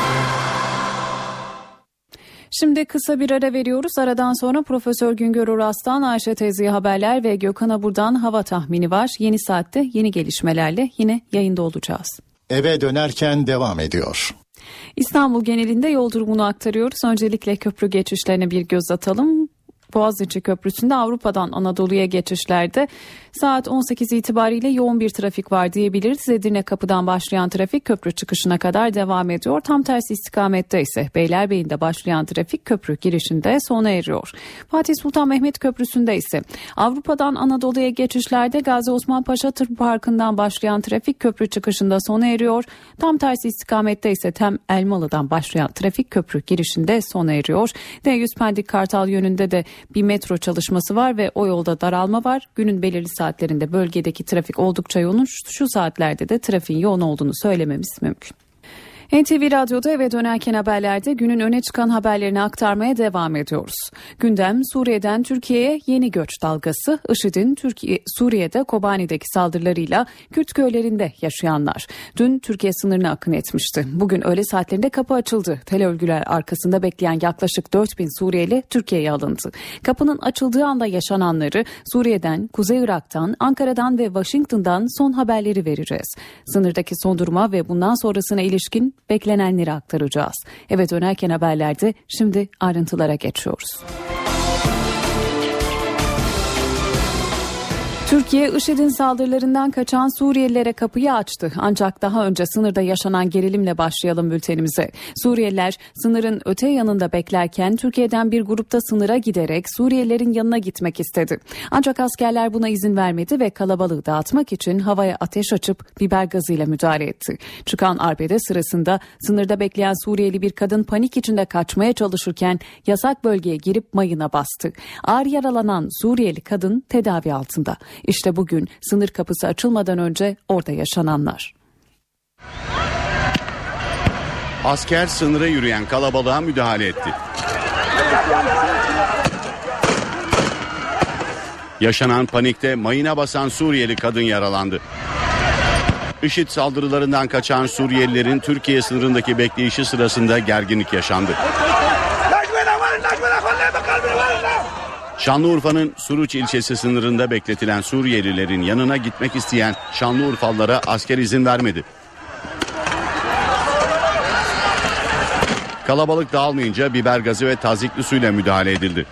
Şimdi kısa bir ara veriyoruz. Aradan sonra Profesör Güngör Uras'tan Ayşe Teyze haberler ve Gökhan Abur'dan hava tahmini var. Yeni saatte yeni gelişmelerle yine yayında olacağız. Eve dönerken devam ediyor. İstanbul genelinde yol durumunu aktarıyoruz. Öncelikle köprü geçişlerine bir göz atalım. Boğaziçi Köprüsü'nde Avrupa'dan Anadolu'ya geçişlerde saat on sekiz itibariyle yoğun bir trafik var diyebiliriz. Edirne Kapı'dan başlayan trafik köprü çıkışına kadar devam ediyor. Tam tersi istikamette ise Beylerbeyi'nde başlayan trafik köprü girişinde sona eriyor. Fatih Sultan Mehmet Köprüsü'nde ise Avrupa'dan Anadolu'ya geçişlerde Gazi Osman Paşa Tır Parkı'ndan başlayan trafik köprü çıkışında sona eriyor. Tam tersi istikamette ise Tem Elmalı'dan başlayan trafik köprü girişinde sona eriyor. D yüz Pendik Kartal yönünde de bir metro çalışması var ve o yolda daralma var. Günün belirli saatlerinde bölgedeki trafik oldukça yoğun. Şu saatlerde de trafiğin yoğun olduğunu söylememiz mümkün. N T V Radyo'da eve dönerken haberlerde günün öne çıkan haberlerini aktarmaya devam ediyoruz. Gündem Suriye'den Türkiye'ye yeni göç dalgası. IŞİD'in Türkiye, Suriye'de Kobani'deki saldırılarıyla Kürt köylerinde yaşayanlar. Dün Türkiye sınırına akın etmişti. Bugün öğle saatlerinde kapı açıldı. Tel örgüler arkasında bekleyen yaklaşık dört bin Suriyeli Türkiye'ye alındı. Kapının açıldığı anda yaşananları Suriye'den, Kuzey Irak'tan, Ankara'dan ve Washington'dan son haberleri vereceğiz. Sınırdaki son duruma ve bundan sonrasına ilişkin beklenenleri aktaracağız. Eve dönerken haberlerde şimdi ayrıntılara geçiyoruz. Türkiye, IŞİD'in saldırılarından kaçan Suriyelilere kapıyı açtı. Ancak daha önce sınırda yaşanan gerilimle başlayalım bültenimize. Suriyeliler sınırın öte yanında beklerken Türkiye'den bir grupta sınıra giderek Suriyelilerin yanına gitmek istedi. Ancak askerler buna izin vermedi ve kalabalığı dağıtmak için havaya ateş açıp biber gazıyla müdahale etti. Çıkan arbede sırasında sınırda bekleyen Suriyeli bir kadın panik içinde kaçmaya çalışırken yasak bölgeye girip mayına bastı. Ağır yaralanan Suriyeli kadın tedavi altında. İşte bugün sınır kapısı açılmadan önce orada yaşananlar. Asker sınıra yürüyen kalabalığa müdahale etti. Yaşanan panikte mayına basan Suriyeli kadın yaralandı. IŞİD saldırılarından kaçan Suriyelilerin Türkiye sınırındaki bekleyişi sırasında gerginlik yaşandı. Şanlıurfa'nın Suruç ilçesi sınırında bekletilen Suriyelilerin yanına gitmek isteyen Şanlıurfalılara asker izin vermedi. Kalabalık dağılmayınca biber gazı ve tazikli suyla müdahale edildi.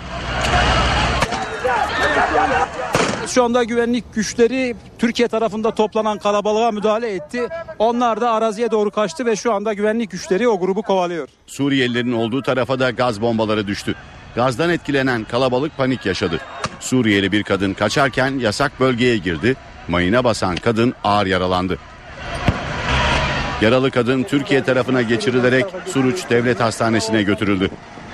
Şu anda güvenlik güçleri Türkiye tarafında toplanan kalabalığa müdahale etti. Onlar da araziye doğru kaçtı ve şu anda güvenlik güçleri o grubu kovalıyor. Suriyelilerin olduğu tarafa da gaz bombaları düştü. Gazdan etkilenen kalabalık panik yaşadı. Suriyeli bir kadın kaçarken yasak bölgeye girdi. Mayına basan kadın ağır yaralandı. Yaralı kadın Türkiye tarafına geçirilerek Suruç Devlet Hastanesi'ne götürüldü.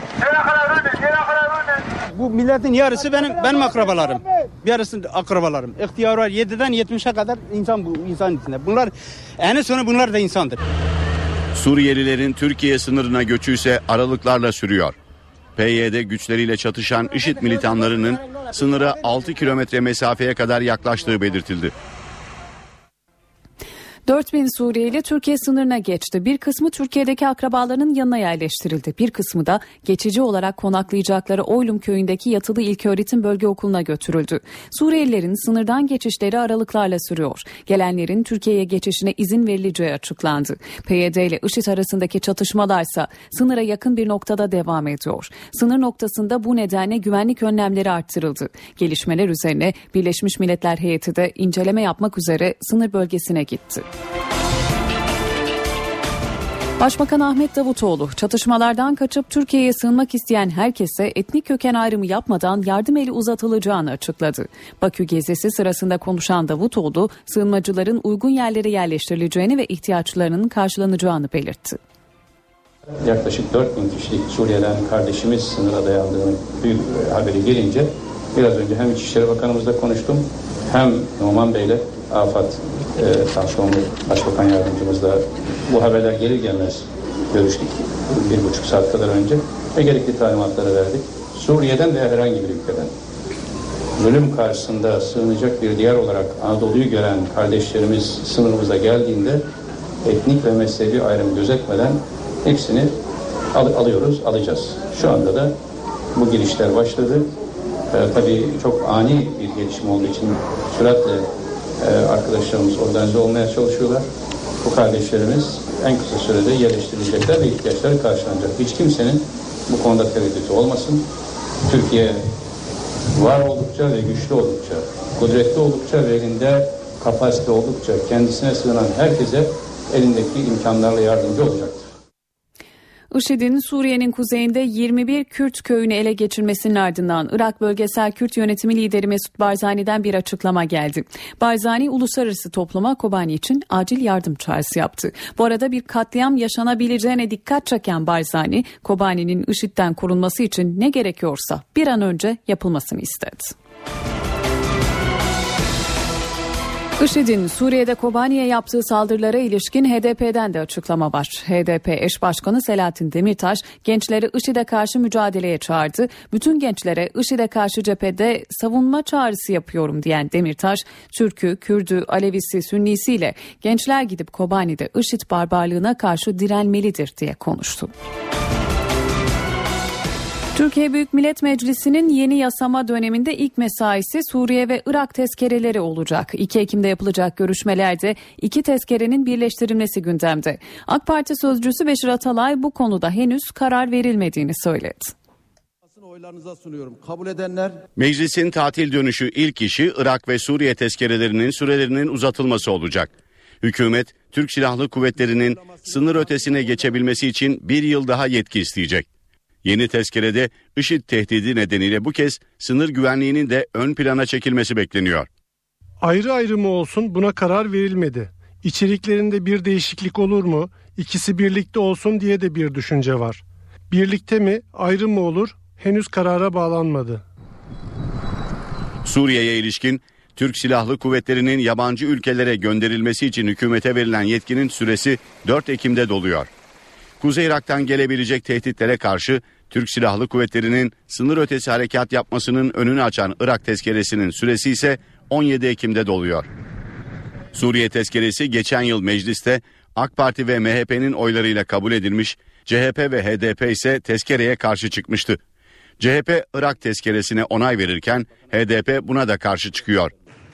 Bu milletin yarısı benim benim akrabalarım. Yarısı akrabalarım. İhtiyar var yediden yetmişe kadar insan bu insan içinde. Bunlar en sonu bunlar da insandır. Suriyelilerin Türkiye sınırına göçü ise aralıklarla sürüyor. P Y D güçleriyle çatışan IŞİD militanlarının sınıra altı kilometre mesafeye kadar yaklaştığı belirtildi. dört bin Suriyeli Türkiye sınırına geçti. Bir kısmı Türkiye'deki akrabalarının yanına yerleştirildi. Bir kısmı da geçici olarak konaklayacakları Oylum köyündeki yatılı ilköğretim bölge okuluna götürüldü. Suriyelilerin sınırdan geçişleri aralıklarla sürüyor. Gelenlerin Türkiye'ye geçişine izin verileceği açıklandı. P Y D ile IŞİD arasındaki çatışmalarsa sınıra yakın bir noktada devam ediyor. Sınır noktasında bu nedenle güvenlik önlemleri arttırıldı. Gelişmeler üzerine Birleşmiş Milletler heyeti de inceleme yapmak üzere sınır bölgesine gitti. Başbakan Ahmet Davutoğlu çatışmalardan kaçıp Türkiye'ye sığınmak isteyen herkese etnik köken ayrımı yapmadan yardım eli uzatılacağını açıkladı. Bakü gezisi sırasında konuşan Davutoğlu sığınmacıların uygun yerlere yerleştirileceğini ve ihtiyaçlarının karşılanacağını belirtti. Yaklaşık dört bin kişilik Suriyeli kardeşimiz sınıra dayandığını büyük haberi gelince biraz önce hem İçişleri Bakanımızla konuştum hem Numan Bey'le AFAD e, Tansiyonlu Başbakan Yardımcımızla bu haberler gelir gelmez görüştük bir buçuk saat kadar önce ve gerekli talimatları verdik. Suriye'den veya herhangi bir ülkeden zulüm karşısında sığınacak bir diyar olarak Anadolu'yu gören kardeşlerimiz sınırımıza geldiğinde etnik ve mezhebi ayrım gözetmeden hepsini al- alıyoruz, alacağız. Şu anda da bu girişler başladı. Ee, tabii çok ani bir gelişme olduğu için süratle e, arkadaşlarımız organize olmaya çalışıyorlar. Bu kardeşlerimiz en kısa sürede yerleştirilecekler ve ihtiyaçları karşılanacak. Hiç kimsenin bu konuda tereddütü olmasın. Türkiye var oldukça ve güçlü oldukça, kudretli oldukça ve elinde kapasite oldukça kendisine sığınan herkese elindeki imkanlarla yardımcı olacaktır. IŞİD'in Suriye'nin kuzeyinde yirmi bir Kürt köyünü ele geçirmesinin ardından Irak Bölgesel Kürt Yönetimi lideri Mesut Barzani'den bir açıklama geldi. Barzani uluslararası topluma Kobani için acil yardım çağrısı yaptı. Bu arada bir katliam yaşanabileceğine dikkat çeken Barzani, Kobani'nin IŞİD'den korunması için ne gerekiyorsa bir an önce yapılmasını istedi. IŞİD'in Suriye'de Kobani'ye yaptığı saldırılara ilişkin H D P'den de açıklama var. H D P eş başkanı Selahattin Demirtaş gençleri IŞİD'e karşı mücadeleye çağırdı. Bütün gençlere IŞİD'e karşı cephede savunma çağrısı yapıyorum diyen Demirtaş, Türk'ü, Kürd'ü, Alevisi, Sünnisiyle gençler gidip Kobani'de IŞİD barbarlığına karşı direnmelidir diye konuştu. Türkiye Büyük Millet Meclisi'nin yeni yasama döneminde ilk mesaisi Suriye ve Irak tezkereleri olacak. iki Ekim'de yapılacak görüşmelerde iki tezkerenin birleştirilmesi gündemde. AK Parti sözcüsü Beşir Atalay bu konuda henüz karar verilmediğini söyledi. Oylarınıza sunuyorum. Kabul edenler... Meclisin tatil dönüşü ilk işi Irak ve Suriye tezkerelerinin sürelerinin uzatılması olacak. Hükümet, Türk Silahlı Kuvvetleri'nin sınır ötesine geçebilmesi için bir yıl daha yetki isteyecek. Yeni tezkerede IŞİD tehdidi nedeniyle bu kez sınır güvenliğinin de ön plana çekilmesi bekleniyor. Ayrı ayrı mı olsun buna karar verilmedi. İçeriklerinde bir değişiklik olur mu? İkisi birlikte olsun diye de bir düşünce var. Birlikte mi, ayrı mı olur? Henüz karara bağlanmadı. Suriye'ye ilişkin Türk Silahlı Kuvvetleri'nin yabancı ülkelere gönderilmesi için hükümete verilen yetkinin süresi dört Ekim'de doluyor. Kuzey Irak'tan gelebilecek tehditlere karşı Türk Silahlı Kuvvetleri'nin sınır ötesi harekat yapmasının önünü açan Irak tezkeresinin süresi ise on yedi Ekim'de doluyor. Suriye tezkeresi geçen yıl mecliste AK Parti ve M H P'nin oylarıyla kabul edilmiş, C H P ve H D P ise tezkereye karşı çıkmıştı. C H P Irak tezkeresine onay verirken H D P buna da karşı çıkıyor.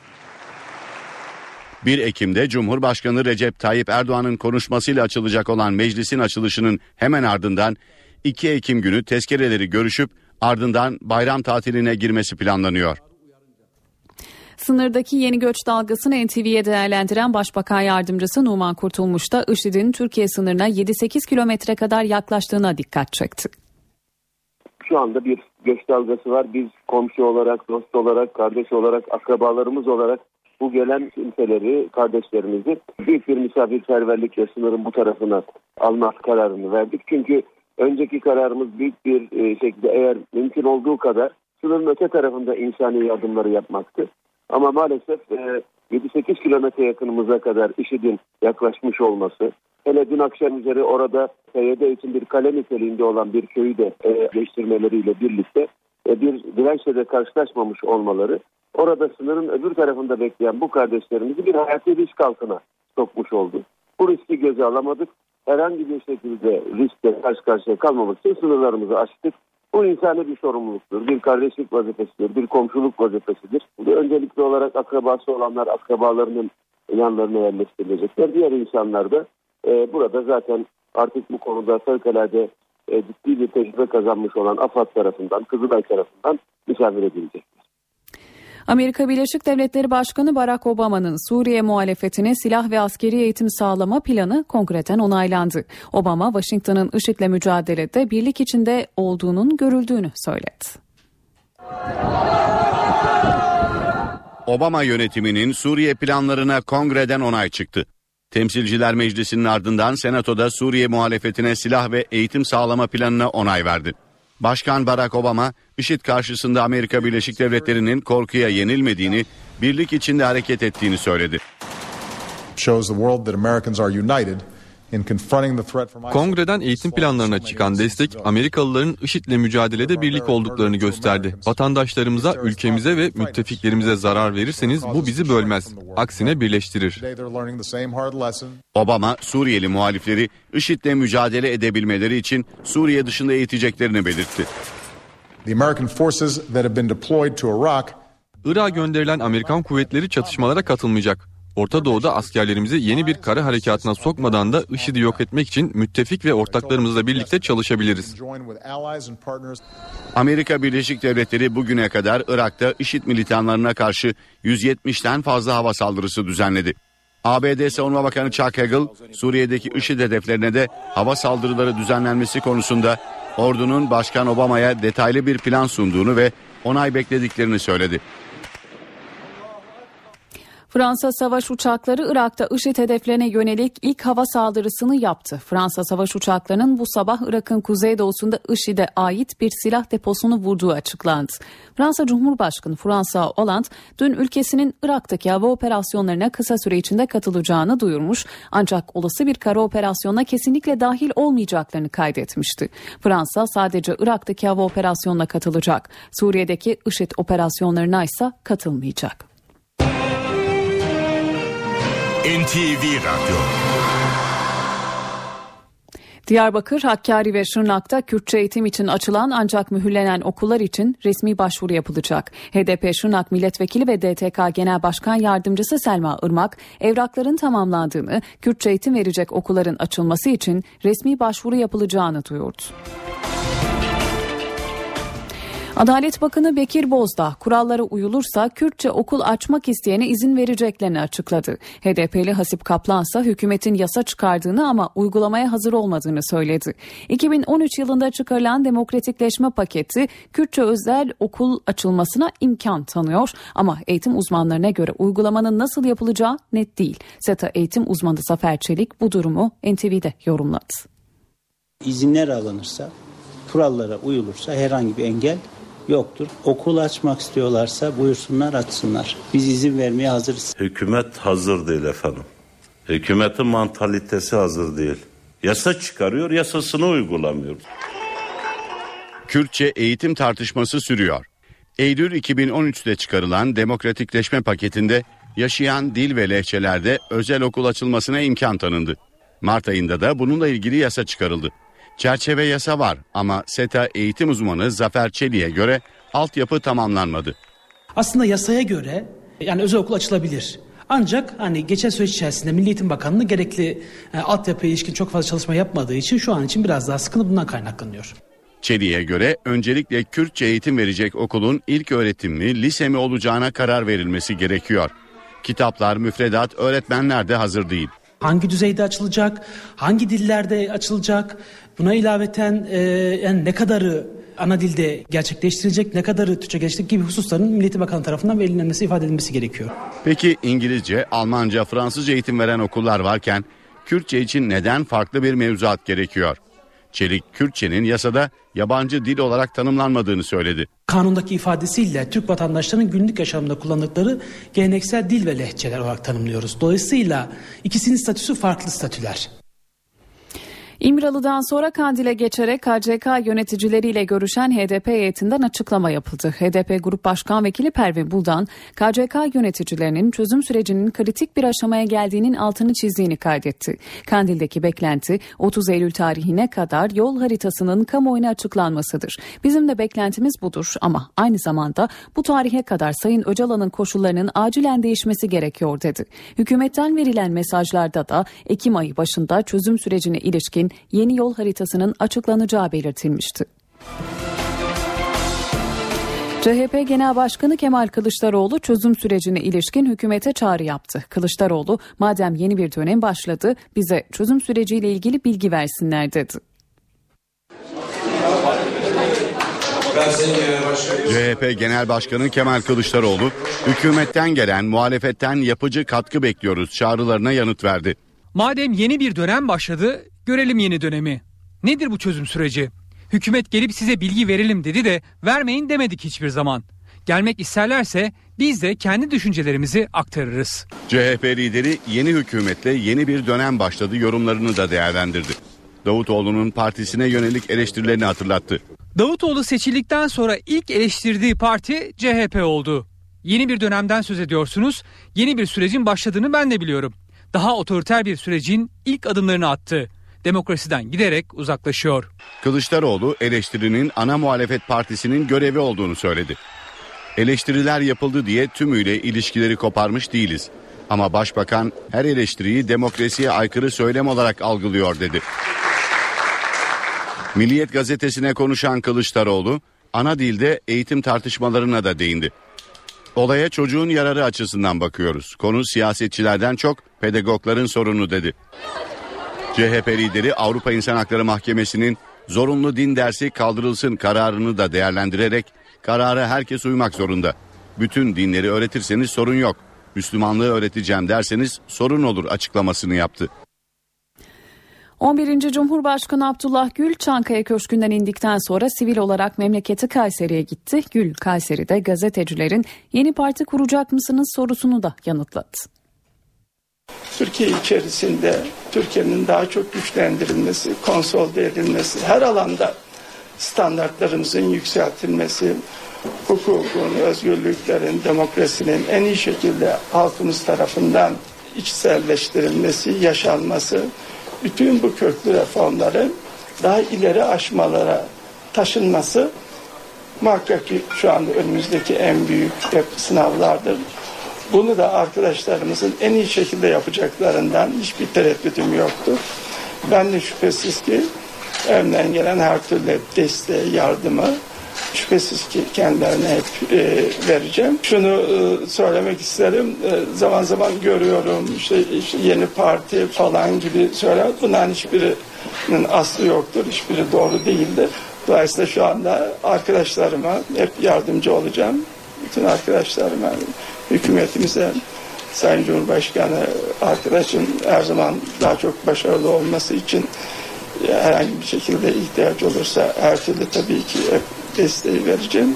bir Ekim'de Cumhurbaşkanı Recep Tayyip Erdoğan'ın konuşmasıyla açılacak olan meclisin açılışının hemen ardından iki Ekim günü tezkereleri görüşüp ardından bayram tatiline girmesi planlanıyor. Sınırdaki yeni göç dalgasını N T V'ye değerlendiren Başbakan Yardımcısı Numan Kurtulmuş da IŞİD'in Türkiye sınırına yedi sekiz kilometre kadar yaklaştığına dikkat çekti. Şu anda bir göç dalgası var. Biz komşu olarak, dost olarak, kardeş olarak, akrabalarımız olarak bu gelen kimseleri, kardeşlerimizi büyük bir misafirperverlikle sınırın bu tarafına alma kararını verdik. Çünkü önceki kararımız büyük bir şekilde eğer mümkün olduğu kadar sınırın öte tarafında insani yardımları yapmaktı. Ama maalesef yedi sekiz kilometre yakınımıza kadar IŞİD'in yaklaşmış olması, hele dün akşam üzeri orada P Y D için bir kale niteliğinde olan bir köyü de değiştirmeleriyle birlikte bir dirençle de karşılaşmamış olmaları, orada sınırın öbür tarafında bekleyen bu kardeşlerimizi bir hayati risk altına sokmuş oldu. Bu riski göze alamadık. Herhangi bir şekilde riskle karşı karşıya kalmamak için sınırlarımızı açtık. Bu insani bir sorumluluktur, bir kardeşlik vazifesidir, bir komşuluk vazifesidir. Bu öncelikli olarak akrabası olanlar akrabalarının yanlarına yerleştirilecekler. Diğer insanlar da e, burada zaten artık bu konuda fevkalade e, ciddi bir tecrübe kazanmış olan AFAD tarafından, Kızılay tarafından misafir edilecektir. Amerika Birleşik Devletleri Başkanı Barack Obama'nın Suriye muhalefetine silah ve askeri eğitim sağlama planı kongreden onaylandı. Obama, Washington'ın IŞİD'le mücadelede birlik içinde olduğunun görüldüğünü söyledi. Obama yönetiminin Suriye planlarına kongreden onay çıktı. Temsilciler Meclisi'nin ardından Senato'da Suriye muhalefetine silah ve eğitim sağlama planına onay verdi. Başkan Barack Obama, IŞİD karşısında Amerika Birleşik Devletleri'nin korkuya yenilmediğini, birlik içinde hareket ettiğini söyledi. Kongreden eğitim planlarına çıkan destek Amerikalıların IŞİD'le mücadelede birlik olduklarını gösterdi. Vatandaşlarımıza, ülkemize ve müttefiklerimize zarar verirseniz bu bizi bölmez. Aksine birleştirir. Obama, Suriyeli muhalifleri IŞİD'le mücadele edebilmeleri için Suriye dışında eğiteceklerini belirtti. Irak'a gönderilen Amerikan kuvvetleri çatışmalara katılmayacak. Orta Doğu'da askerlerimizi yeni bir kara harekatına sokmadan da IŞİD'i yok etmek için müttefik ve ortaklarımızla birlikte çalışabiliriz. Amerika Birleşik Devletleri bugüne kadar Irak'ta IŞİD militanlarına karşı yüz yetmişten fazla hava saldırısı düzenledi. A B D Savunma Bakanı Chuck Hagel, Suriye'deki IŞİD hedeflerine de hava saldırıları düzenlenmesi konusunda ordunun Başkan Obama'ya detaylı bir plan sunduğunu ve onay beklediklerini söyledi. Fransa savaş uçakları Irak'ta IŞİD hedeflerine yönelik ilk hava saldırısını yaptı. Fransa savaş uçaklarının bu sabah Irak'ın kuzeydoğusunda IŞİD'e ait bir silah deposunu vurduğu açıklandı. Fransa Cumhurbaşkanı François Hollande dün ülkesinin Irak'taki hava operasyonlarına kısa süre içinde katılacağını duyurmuş, ancak olası bir kara operasyonuna kesinlikle dahil olmayacaklarını kaydetmişti. Fransa sadece Irak'taki hava operasyonuna katılacak. Suriye'deki IŞİD operasyonlarına ise katılmayacak. N T V Radyo. Diyarbakır, Hakkari ve Şırnak'ta Kürtçe eğitim için açılan ancak mühürlenen okullar için resmi başvuru yapılacak. H D P Şırnak Milletvekili ve D T K Genel Başkan Yardımcısı Selma Irmak, evrakların tamamlandığını, Kürtçe eğitim verecek okulların açılması için resmi başvuru yapılacağını duyurdu. Adalet Bakanı Bekir Bozdağ, kurallara uyulursa Kürtçe okul açmak isteyene izin vereceklerini açıkladı. H D P'li Hasip Kaplan ise hükümetin yasa çıkardığını ama uygulamaya hazır olmadığını söyledi. iki bin on üç yılında çıkarılan demokratikleşme paketi Kürtçe özel okul açılmasına imkan tanıyor ama eğitim uzmanlarına göre uygulamanın nasıl yapılacağı net değil. SETA eğitim uzmanı Zafer Çelik bu durumu N T V'de yorumladı. İzinler alınırsa, kurallara uyulursa herhangi bir engel yoktur. Okul açmak istiyorlarsa buyursunlar, açsınlar. Biz izin vermeye hazırız. Hükümet hazır değil efendim. Hükümetin mantalitesi hazır değil. Yasa çıkarıyor, yasasını uygulamıyor. Kürtçe eğitim tartışması sürüyor. Eylül iki bin on üçte çıkarılan demokratikleşme paketinde yaşayan dil ve lehçelerde özel okul açılmasına imkan tanındı. Mart ayında da bununla ilgili yasa çıkarıldı. Çerçeve yasa var ama SETA eğitim uzmanı Zafer Çelik'e göre altyapı tamamlanmadı. Aslında yasaya göre yani özel okul açılabilir. Ancak hani geçen süreç içerisinde Milli Eğitim Bakanlığı gerekli e, altyapıya ilişkin çok fazla çalışma yapmadığı için şu an için biraz daha sıkıntı bundan kaynaklanıyor. Çelik'e göre öncelikle Kürtçe eğitim verecek okulun ilk öğretim mi, lise mi olacağına karar verilmesi gerekiyor. Kitaplar, müfredat, öğretmenler de hazır değil. Hangi düzeyde açılacak, hangi dillerde açılacak, buna ilaveten e, yani ne kadarı ana dilde gerçekleştirilecek, ne kadarı Türkçe gerçekleştirecek gibi hususların Milli Eğitim Bakanı tarafından belirlenmesi, ifade edilmesi gerekiyor. Peki İngilizce, Almanca, Fransızca eğitim veren okullar varken Kürtçe için neden farklı bir mevzuat gerekiyor? Çelik, Kürtçenin yasada yabancı dil olarak tanımlanmadığını söyledi. Kanundaki ifadesiyle Türk vatandaşlarının günlük yaşamında kullandıkları geleneksel dil ve lehçeler olarak tanımlıyoruz. Dolayısıyla ikisinin statüsü farklı statüler. İmralı'dan sonra Kandil'e geçerek K C K yöneticileriyle görüşen H D P heyetinden açıklama yapıldı. H D P Grup Başkan Vekili Pervin Buldan, K C K yöneticilerinin çözüm sürecinin kritik bir aşamaya geldiğinin altını çizdiğini kaydetti. Kandil'deki beklenti otuz Eylül tarihine kadar yol haritasının kamuoyuna açıklanmasıdır. Bizim de beklentimiz budur ama aynı zamanda bu tarihe kadar Sayın Öcalan'ın koşullarının acilen değişmesi gerekiyor dedi. Hükümetten verilen mesajlarda da Ekim ayı başında çözüm sürecine ilişkin yeni yol haritasının açıklanacağı belirtilmişti. C H P Genel Başkanı Kemal Kılıçdaroğlu çözüm sürecine ilişkin hükümete çağrı yaptı. Kılıçdaroğlu, madem yeni bir dönem başladı, bize çözüm süreciyle ilgili bilgi versinler dedi. C H P Genel Başkanı Kemal Kılıçdaroğlu, hükümetten gelen muhalefetten yapıcı katkı bekliyoruz çağrılarına yanıt verdi. Madem yeni bir dönem başladı, görelim yeni dönemi. Nedir bu çözüm süreci? Hükümet gelip size bilgi verelim dedi de vermeyin demedik hiçbir zaman. Gelmek isterlerse biz de kendi düşüncelerimizi aktarırız. C H P lideri yeni hükümetle yeni bir dönem başladı yorumlarını da değerlendirdi. Davutoğlu'nun partisine yönelik eleştirilerini hatırlattı. Davutoğlu seçildikten sonra ilk eleştirdiği parti C H P oldu. Yeni bir dönemden söz ediyorsunuz. Yeni bir sürecin başladığını ben de biliyorum. Daha otoriter bir sürecin ilk adımlarını attı. Demokrasiden giderek uzaklaşıyor. Kılıçdaroğlu eleştirinin ana muhalefet partisinin görevi olduğunu söyledi. Eleştiriler yapıldı diye tümüyle ilişkileri koparmış değiliz. Ama başbakan her eleştiriyi demokrasiye aykırı söylem olarak algılıyor dedi. Milliyet gazetesine konuşan Kılıçdaroğlu, ana dilde eğitim tartışmalarına da değindi. Olaya çocuğun yararı açısından bakıyoruz. Konu siyasetçilerden çok pedagogların sorunu dedi. C H P lideri Avrupa İnsan Hakları Mahkemesi'nin zorunlu din dersi kaldırılsın kararını da değerlendirerek karara herkes uymak zorunda. Bütün dinleri öğretirseniz sorun yok. Müslümanlığı öğreteceğim derseniz sorun olur açıklamasını yaptı. on birinci Cumhurbaşkanı Abdullah Gül Çankaya Köşkü'nden indikten sonra sivil olarak memleketi Kayseri'ye gitti. Gül Kayseri'de gazetecilerin yeni parti kuracak mısınız sorusunu da yanıtladı. Türkiye içerisinde Türkiye'nin daha çok güçlendirilmesi, konsolide edilmesi, her alanda standartlarımızın yükseltilmesi, hukukun, özgürlüklerin, demokrasinin en iyi şekilde halkımız tarafından içselleştirilmesi, yaşanması, bütün bu köklü reformların daha ileri aşmalara taşınması muhakkak ki şu anda önümüzdeki en büyük sınavlardır. Bunu da arkadaşlarımızın en iyi şekilde yapacaklarından hiçbir tereddütüm yoktur. Ben de şüphesiz ki elimden gelen her türlü desteği, yardımı şüphesiz ki kendilerine hep e, vereceğim. Şunu e, söylemek isterim. E, zaman zaman görüyorum işte, işte yeni parti falan gibi söyler. Bunların hiçbirinin aslı yoktur. Hiçbiri doğru değildir. Dolayısıyla şu anda arkadaşlarıma hep yardımcı olacağım. Bütün arkadaşlarıma, hükümetimize, Sayın Cumhurbaşkanı arkadaşım her zaman daha çok başarılı olması için herhangi bir şekilde ihtiyaç olursa her türlü tabii ki hep desteği vereceğim.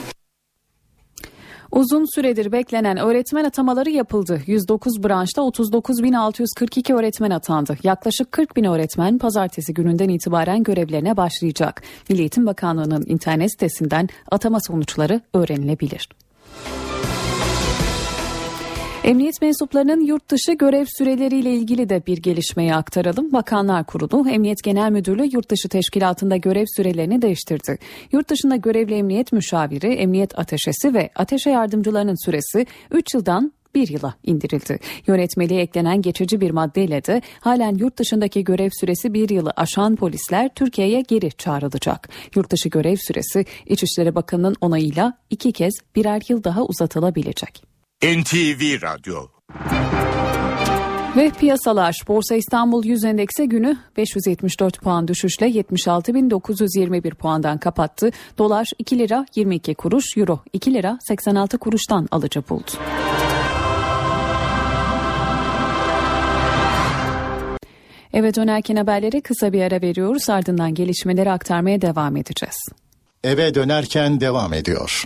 Uzun süredir beklenen öğretmen atamaları yapıldı. yüz dokuz branşta otuz dokuz bin altı yüz kırk iki öğretmen atandı. Yaklaşık kırk bin öğretmen pazartesi gününden itibaren görevlerine başlayacak. Milli Eğitim Bakanlığı'nın internet sitesinden atama sonuçları öğrenilebilir. Emniyet mensuplarının yurt dışı görev süreleriyle ilgili de bir gelişmeyi aktaralım. Bakanlar Kurulu, Emniyet Genel Müdürlüğü yurt dışı teşkilatında görev sürelerini değiştirdi. Yurt dışında görevli emniyet müşaviri, emniyet ateşesi ve ateşe yardımcılarının süresi üç yıldan bir yıla indirildi. Yönetmeliğe eklenen geçici bir maddeyle de halen yurt dışındaki görev süresi bir yılı aşan polisler Türkiye'ye geri çağrılacak. Yurt dışı görev süresi İçişleri Bakanı'nın onayıyla iki kez birer yıl daha uzatılabilecek. N T V Radyo. Ve piyasalar, Borsa İstanbul Yüz Endeksi günü beş yüz yetmiş dört puan düşüşle yetmiş altı bin dokuz yüz yirmi bir puandan kapattı. Dolar iki lira yirmi iki kuruş, Euro iki lira seksen altı kuruştan alıcı buldu. Eve dönerken haberlere kısa bir ara veriyoruz, ardından gelişmeleri aktarmaya devam edeceğiz. Eve dönerken devam ediyor.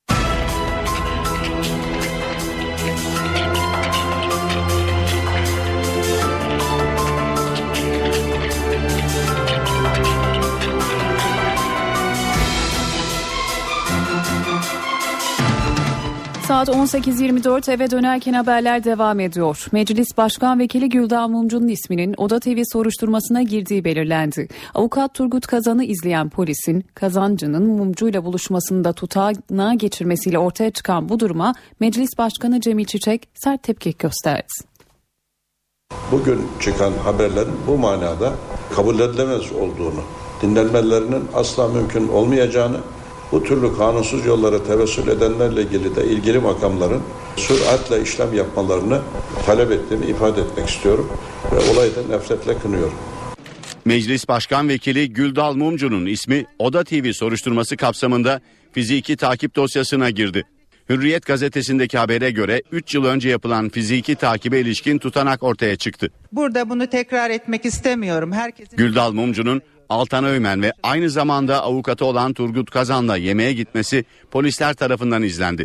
Saat on sekiz yirmi dört, eve dönerken haberler devam ediyor. Meclis Başkan Vekili Güldağ Mumcu'nun isminin Oda T V soruşturmasına girdiği belirlendi. Avukat Turgut Kazan'ı izleyen polisin Kazancı'nın Mumcu'yla buluşmasını da tutanağa geçirmesiyle ortaya çıkan bu duruma Meclis Başkanı Cemil Çiçek sert tepki gösterdi. Bugün çıkan haberlerin bu manada kabul edilemez olduğunu, dinlenmelerinin asla mümkün olmayacağını, bu türlü kanunsuz yollara tevessül edenlerle ilgili de ilgili makamların süratle işlem yapmalarını talep ettiğimi ifade etmek istiyorum ve olayı da nefretle kınıyorum. Meclis Başkan Vekili Güldal Mumcu'nun ismi Oda T V soruşturması kapsamında fiziki takip dosyasına girdi. Hürriyet gazetesindeki habere göre üç yıl önce yapılan fiziki takibe ilişkin tutanak ortaya çıktı. Burada bunu tekrar etmek istemiyorum. Herkesin... Güldal Mumcu'nun Altan Öymen ve aynı zamanda avukatı olan Turgut Kazan'la yemeğe gitmesi polisler tarafından izlendi.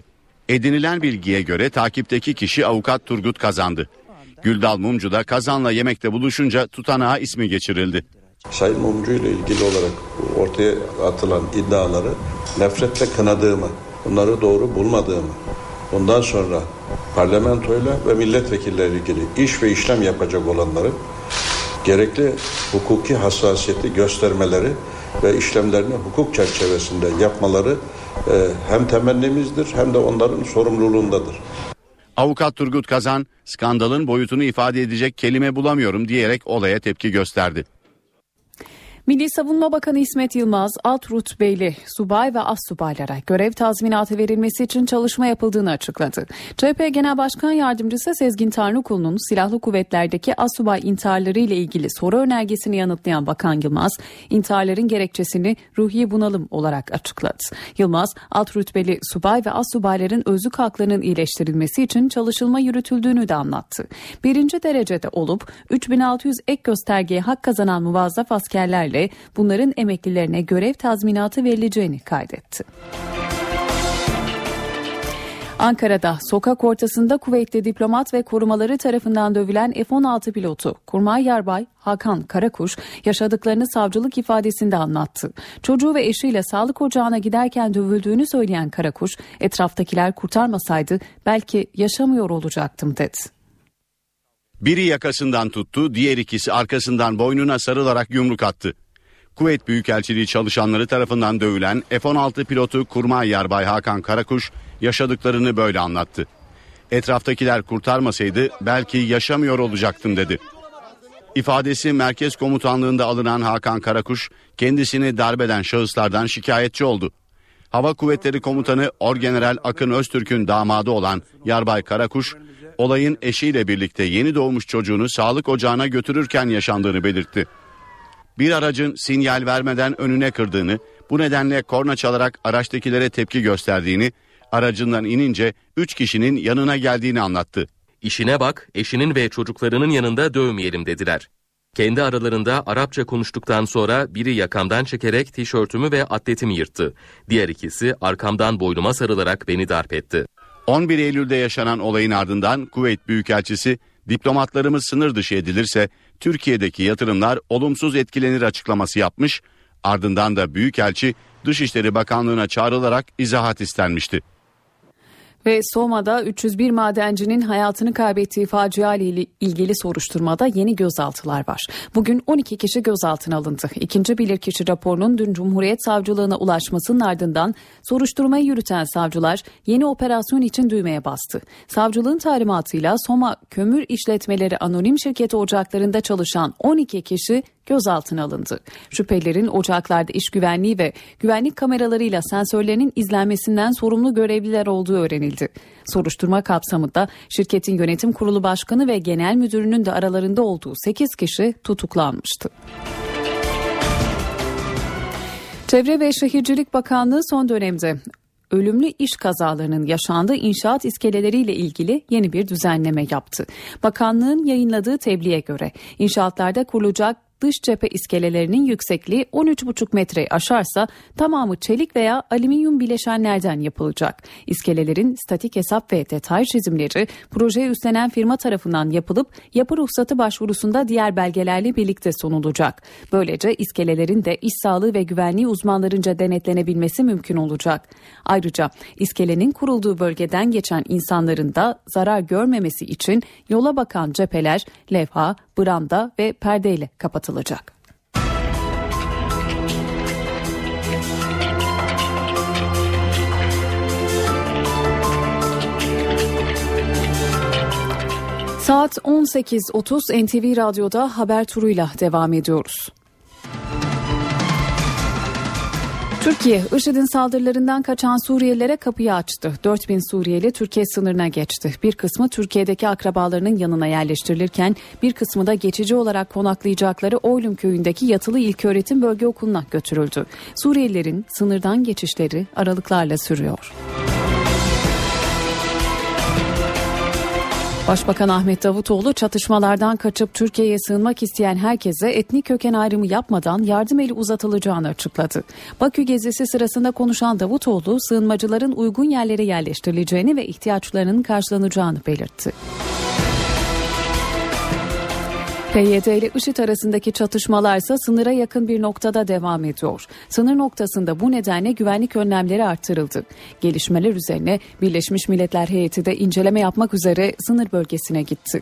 Edinilen bilgiye göre takipteki kişi avukat Turgut Kazan'dı. Güldal Mumcu da Kazan'la yemekte buluşunca tutanağa ismi geçirildi. Sayın Mumcu ile ilgili olarak ortaya atılan iddiaları nefretle kınadığımı, bunları doğru bulmadığımı, bundan sonra parlamentoyla ve milletvekilleriyle ilgili iş ve işlem yapacak olanların gerekli hukuki hassasiyeti göstermeleri ve işlemlerini hukuk çerçevesinde yapmaları e, hem temennimizdir hem de onların sorumluluğundadır. Avukat Turgut Kazan, skandalın boyutunu ifade edecek kelime bulamıyorum diyerek olaya tepki gösterdi. Milli Savunma Bakanı İsmet Yılmaz, alt rütbeli subay ve astsubaylara görev tazminatı verilmesi için çalışma yapıldığını açıkladı. C H P Genel Başkan Yardımcısı Sezgin Tanrıkulu'nun silahlı kuvvetlerdeki astsubay intiharları ile ilgili soru önergesini yanıtlayan Bakan Yılmaz, intiharların gerekçesini ruhi bunalım olarak açıkladı. Yılmaz, alt rütbeli subay ve astsubayların özlük haklarının iyileştirilmesi için çalışılma yürütüldüğünü de anlattı. Birinci derecede olup üç bin altı yüz ek göstergeye hak kazanan muvazzaf askerlerle bunların emeklilerine görev tazminatı verileceğini kaydetti. Ankara'da sokak ortasında kuvvetli diplomat ve korumaları tarafından dövülen F on altı pilotu Kurmay Yarbay Hakan Karakuş yaşadıklarını savcılık ifadesinde anlattı. Çocuğu ve eşiyle sağlık ocağına giderken dövüldüğünü söyleyen Karakuş, etraftakiler kurtarmasaydı belki yaşamıyor olacaktım dedi. Biri yakasından tuttu, diğer ikisi arkasından boynuna sarılarak yumruk attı. Kuveyt Büyükelçiliği çalışanları tarafından dövülen F on altı pilotu Kurmay Yarbay Hakan Karakuş yaşadıklarını böyle anlattı. Etraftakiler kurtarmasaydı belki yaşamıyor olacaktım dedi. İfadesi Merkez Komutanlığı'nda alınan Hakan Karakuş kendisini darbeden şahıslardan şikayetçi oldu. Hava Kuvvetleri Komutanı Orgeneral Akın Öztürk'ün damadı olan Yarbay Karakuş, olayın eşiyle birlikte yeni doğmuş çocuğunu sağlık ocağına götürürken yaşandığını belirtti. Bir aracın sinyal vermeden önüne kırdığını, bu nedenle korna çalarak araçtakilere tepki gösterdiğini, aracından inince üç kişinin yanına geldiğini anlattı. İşine bak, eşinin ve çocuklarının yanında dövmeyelim dediler. Kendi aralarında Arapça konuştuktan sonra biri yakamdan çekerek tişörtümü ve atletimi yırttı. Diğer ikisi arkamdan boynuma sarılarak beni darp etti. on bir Eylül'de yaşanan olayın ardından Kuveyt Büyükelçisi, diplomatlarımız sınır dışı edilirse Türkiye'deki yatırımlar olumsuz etkilenir açıklaması yapmış, ardından da Büyükelçi Dışişleri Bakanlığı'na çağrılarak izahat istenmişti. Ve Soma'da üç yüz bir madencinin hayatını kaybettiği facia ile ilgili soruşturmada yeni gözaltılar var. Bugün on iki kişi gözaltına alındı. İkinci bilirkişi raporunun dün Cumhuriyet Savcılığına ulaşmasının ardından soruşturmayı yürüten savcılar yeni operasyon için düğmeye bastı. Savcılığın talimatıyla Soma Kömür İşletmeleri Anonim Şirketi ocaklarında çalışan on iki kişi gözaltına alındı. Şüphelilerin ocaklarda iş güvenliği ve güvenlik kameralarıyla sensörlerinin izlenmesinden sorumlu görevliler olduğu öğrenildi. Soruşturma kapsamında şirketin yönetim kurulu başkanı ve genel müdürünün de aralarında olduğu sekiz kişi tutuklanmıştı. Çevre ve Şehircilik Bakanlığı son dönemde ölümlü iş kazalarının yaşandığı inşaat iskeleleriyle ilgili yeni bir düzenleme yaptı. Bakanlığın yayınladığı tebliğe göre inşaatlarda kurulacak dış cephe iskelelerinin yüksekliği on üç buçuk metreyi aşarsa tamamı çelik veya alüminyum bileşenlerden yapılacak. İskelelerin statik hesap ve detay çizimleri projeye üstlenen firma tarafından yapılıp yapı ruhsatı başvurusunda diğer belgelerle birlikte sunulacak. Böylece iskelelerin de iş sağlığı ve güvenliği uzmanlarınca denetlenebilmesi mümkün olacak. Ayrıca iskelenin kurulduğu bölgeden geçen insanların da zarar görmemesi için yola bakan cepheler levha, branda ve perdeyle kapatılacak. Saat on sekiz otuz N T V Radyo'da haber turuyla devam ediyoruz. Türkiye, IŞİD'in saldırılarından kaçan Suriyelilere kapıyı açtı. dört bin Suriyeli Türkiye sınırına geçti. Bir kısmı Türkiye'deki akrabalarının yanına yerleştirilirken bir kısmı da geçici olarak konaklayacakları Oylum köyündeki yatılı ilköğretim bölge okuluna götürüldü. Suriyelilerin sınırdan geçişleri aralıklarla sürüyor. Başbakan Ahmet Davutoğlu çatışmalardan kaçıp Türkiye'ye sığınmak isteyen herkese etnik köken ayrımı yapmadan yardım eli uzatılacağını açıkladı. Bakü gezisi sırasında konuşan Davutoğlu sığınmacıların uygun yerlere yerleştirileceğini ve ihtiyaçlarının karşılanacağını belirtti. P Y D ile IŞİD arasındaki çatışmalarsa sınıra yakın bir noktada devam ediyor. Sınır noktasında bu nedenle güvenlik önlemleri artırıldı. Gelişmeler üzerine Birleşmiş Milletler heyeti de inceleme yapmak üzere sınır bölgesine gitti.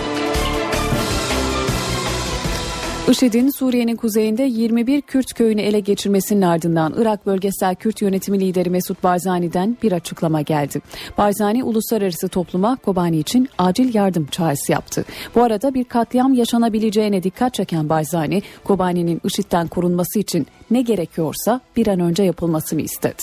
IŞİD'in Suriye'nin kuzeyinde yirmi bir Kürt köyünü ele geçirmesinin ardından Irak Bölgesel Kürt Yönetimi Lideri Mesut Barzani'den bir açıklama geldi. Barzani uluslararası topluma Kobani için acil yardım çağrısı yaptı. Bu arada bir katliam yaşanabileceğine dikkat çeken Barzani, Kobani'nin IŞİD'den korunması için ne gerekiyorsa bir an önce yapılmasını istedi.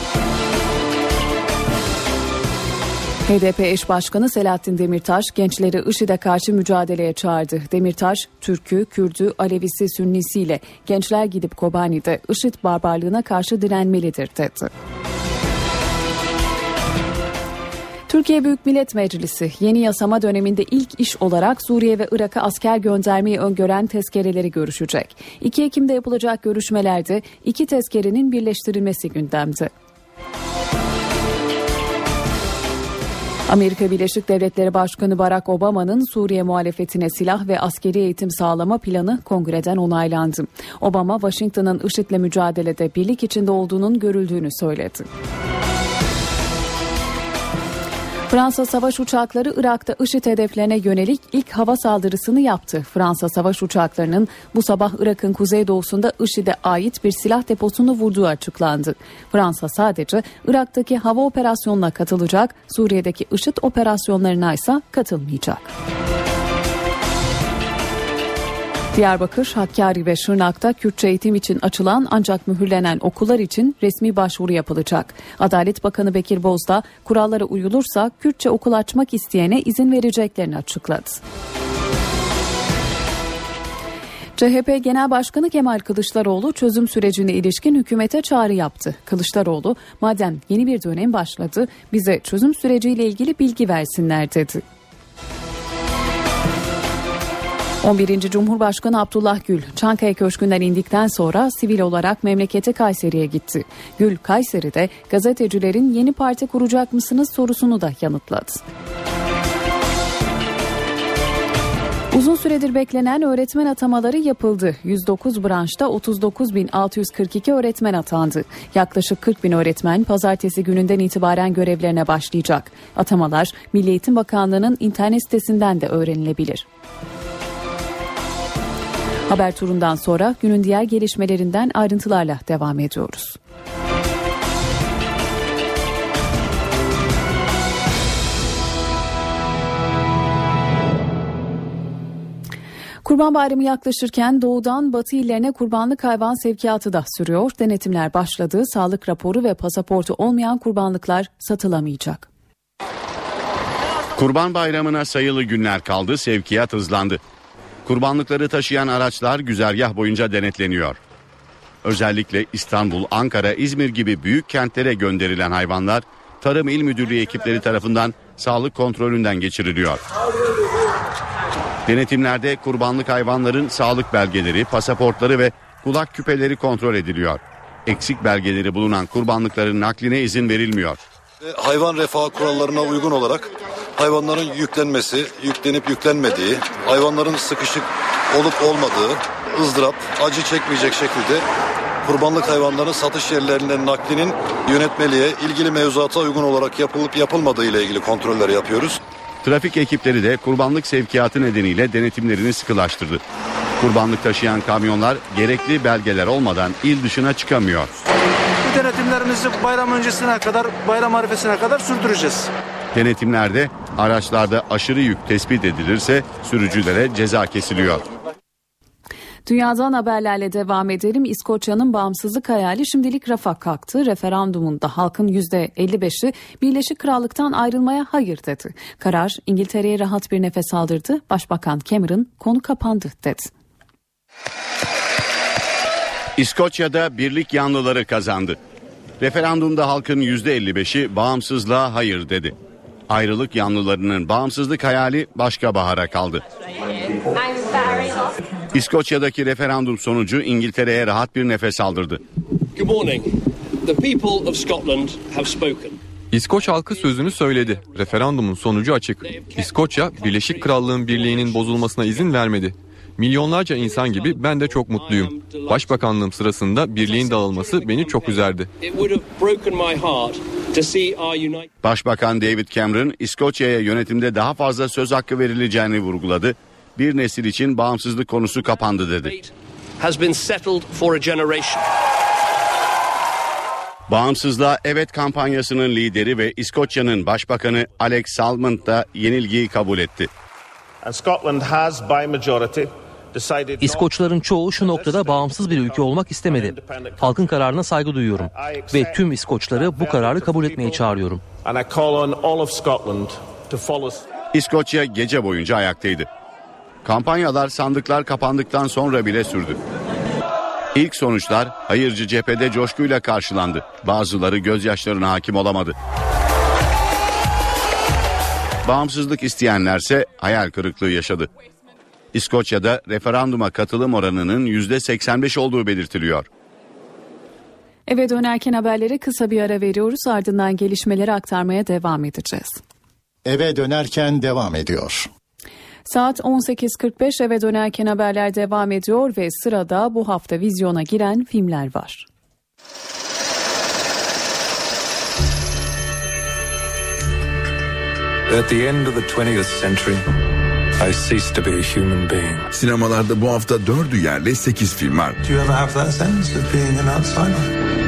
H D P eş başkanı Selahattin Demirtaş gençleri IŞİD'e karşı mücadeleye çağırdı. Demirtaş, Türk'ü, Kürd'ü, Alevisi, Sünnisiyle gençler gidip Kobani'de IŞİD barbarlığına karşı direnmelidir dedi. Türkiye Büyük Millet Meclisi yeni yasama döneminde ilk iş olarak Suriye ve Irak'a asker göndermeyi öngören tezkereleri görüşecek. iki Ekim'de yapılacak görüşmelerde iki tezkerenin birleştirilmesi gündemde. Amerika Birleşik Devletleri Başkanı Barack Obama'nın Suriye muhalefetine silah ve askeri eğitim sağlama planı kongreden onaylandı. Obama, Washington'ın IŞİD'le mücadelede birlik içinde olduğunun görüldüğünü söyledi. Fransa savaş uçakları Irak'ta IŞİD hedeflerine yönelik ilk hava saldırısını yaptı. Fransa savaş uçaklarının bu sabah Irak'ın kuzeydoğusunda IŞİD'e ait bir silah deposunu vurduğu açıklandı. Fransa sadece Irak'taki hava operasyonuna katılacak, Suriye'deki IŞİD operasyonlarına ise katılmayacak. Diyarbakır, Hakkari ve Şırnak'ta Kürtçe eğitim için açılan ancak mühürlenen okullar için resmi başvuru yapılacak. Adalet Bakanı Bekir Bozdağ, kurallara uyulursa Kürtçe okul açmak isteyene izin vereceklerini açıkladı. C H P Genel Başkanı Kemal Kılıçdaroğlu çözüm sürecine ilişkin hükümete çağrı yaptı. Kılıçdaroğlu, madem yeni bir dönem başladı, bize çözüm süreciyle ilgili bilgi versinler dedi. on birinci Cumhurbaşkanı Abdullah Gül, Çankaya Köşkü'nden indikten sonra sivil olarak memleketi Kayseri'ye gitti. Gül, Kayseri'de gazetecilerin yeni parti kuracak mısınız sorusunu da yanıtladı. Uzun süredir beklenen öğretmen atamaları yapıldı. yüz dokuz branşta otuz dokuz bin altı yüz kırk iki öğretmen atandı. Yaklaşık kırk bin öğretmen pazartesi gününden itibaren görevlerine başlayacak. Atamalar Milli Eğitim Bakanlığı'nın internet sitesinden de öğrenilebilir. Haber turundan sonra günün diğer gelişmelerinden ayrıntılarla devam ediyoruz. Kurban Bayramı yaklaşırken doğudan batı illerine kurbanlık hayvan sevkiyatı da sürüyor. Denetimler başladı. Sağlık raporu ve pasaportu olmayan kurbanlıklar satılamayacak. Kurban Bayramı'na sayılı günler kaldı. Sevkiyat hızlandı. Kurbanlıkları taşıyan araçlar güzergah boyunca denetleniyor. Özellikle İstanbul, Ankara, İzmir gibi büyük kentlere gönderilen hayvanlar Tarım İl Müdürlüğü ekipleri tarafından sağlık kontrolünden geçiriliyor. Denetimlerde kurbanlık hayvanların sağlık belgeleri, pasaportları ve kulak küpeleri kontrol ediliyor. Eksik belgeleri bulunan kurbanlıkların nakline izin verilmiyor. Hayvan refahı kurallarına uygun olarak hayvanların yüklenmesi, yüklenip yüklenmediği, hayvanların sıkışık olup olmadığı, ızdırap, acı çekmeyecek şekilde kurbanlık hayvanların satış yerlerinin naklinin yönetmeliğe, ilgili mevzuata uygun olarak yapılıp yapılmadığı ile ilgili kontroller yapıyoruz. Trafik ekipleri de kurbanlık sevkiyatı nedeniyle denetimlerini sıkılaştırdı. Kurbanlık taşıyan kamyonlar gerekli belgeler olmadan il dışına çıkamıyor. Bu denetimlerimizi bayram öncesine kadar, bayram arifesine kadar sürdüreceğiz. Denetimlerde araçlarda aşırı yük tespit edilirse sürücülere ceza kesiliyor. Dünyadan haberlerle devam edelim. İskoçya'nın bağımsızlık hayali şimdilik rafa kalktı. Referandumunda halkın yüzde elli beşi Birleşik Krallık'tan ayrılmaya hayır dedi. Karar İngiltere'ye rahat bir nefes aldırdı. Başbakan Cameron konu kapandı dedi. İskoçya'da birlik yanlıları kazandı. Referandumda halkın yüzde elli beşi bağımsızlığa hayır dedi. Ayrılık yanlılarının bağımsızlık hayali başka bahara kaldı. İskoçya'daki referandum sonucu İngiltere'ye rahat bir nefes aldırdı. Good morning. The people of Scotland have spoken. İskoç halkı sözünü söyledi. Referandumun sonucu açık. İskoçya, Birleşik Krallığın birliğinin bozulmasına izin vermedi. Milyonlarca insan gibi ben de çok mutluyum. Başbakanlığım sırasında birliğin dağılması beni çok üzerdi. Başbakan David Cameron, İskoçya'ya yönetimde daha fazla söz hakkı verileceğini vurguladı. Bir nesil için bağımsızlık konusu kapandı dedi. Bağımsızlığa Evet kampanyasının lideri ve İskoçya'nın başbakanı Alex Salmond da yenilgiyi kabul etti. İskoçların çoğu şu noktada bağımsız bir ülke olmak istemedi. Halkın kararına saygı duyuyorum ve tüm İskoçları bu kararı kabul etmeye çağırıyorum. İskoçya gece boyunca ayaktaydı. Kampanyalar sandıklar kapandıktan sonra bile sürdü. İlk sonuçlar hayırcı cephede coşkuyla karşılandı. Bazıları gözyaşlarına hakim olamadı. Bağımsızlık isteyenlerse hayal kırıklığı yaşadı. İskoçya'da referanduma katılım oranının yüzde seksen beş olduğu belirtiliyor. Eve dönerken haberlere kısa bir ara veriyoruz, ardından gelişmeleri aktarmaya devam edeceğiz. Eve dönerken devam ediyor. Saat on sekiz kırk beş, eve dönerken haberler devam ediyor ve sırada bu hafta vizyona giren filmler var. At the end of the twentieth century, I ceased to be a human being. Sinemalarda bu hafta dördü yerli sekiz film var. Do you ever have that sense of being an outsider?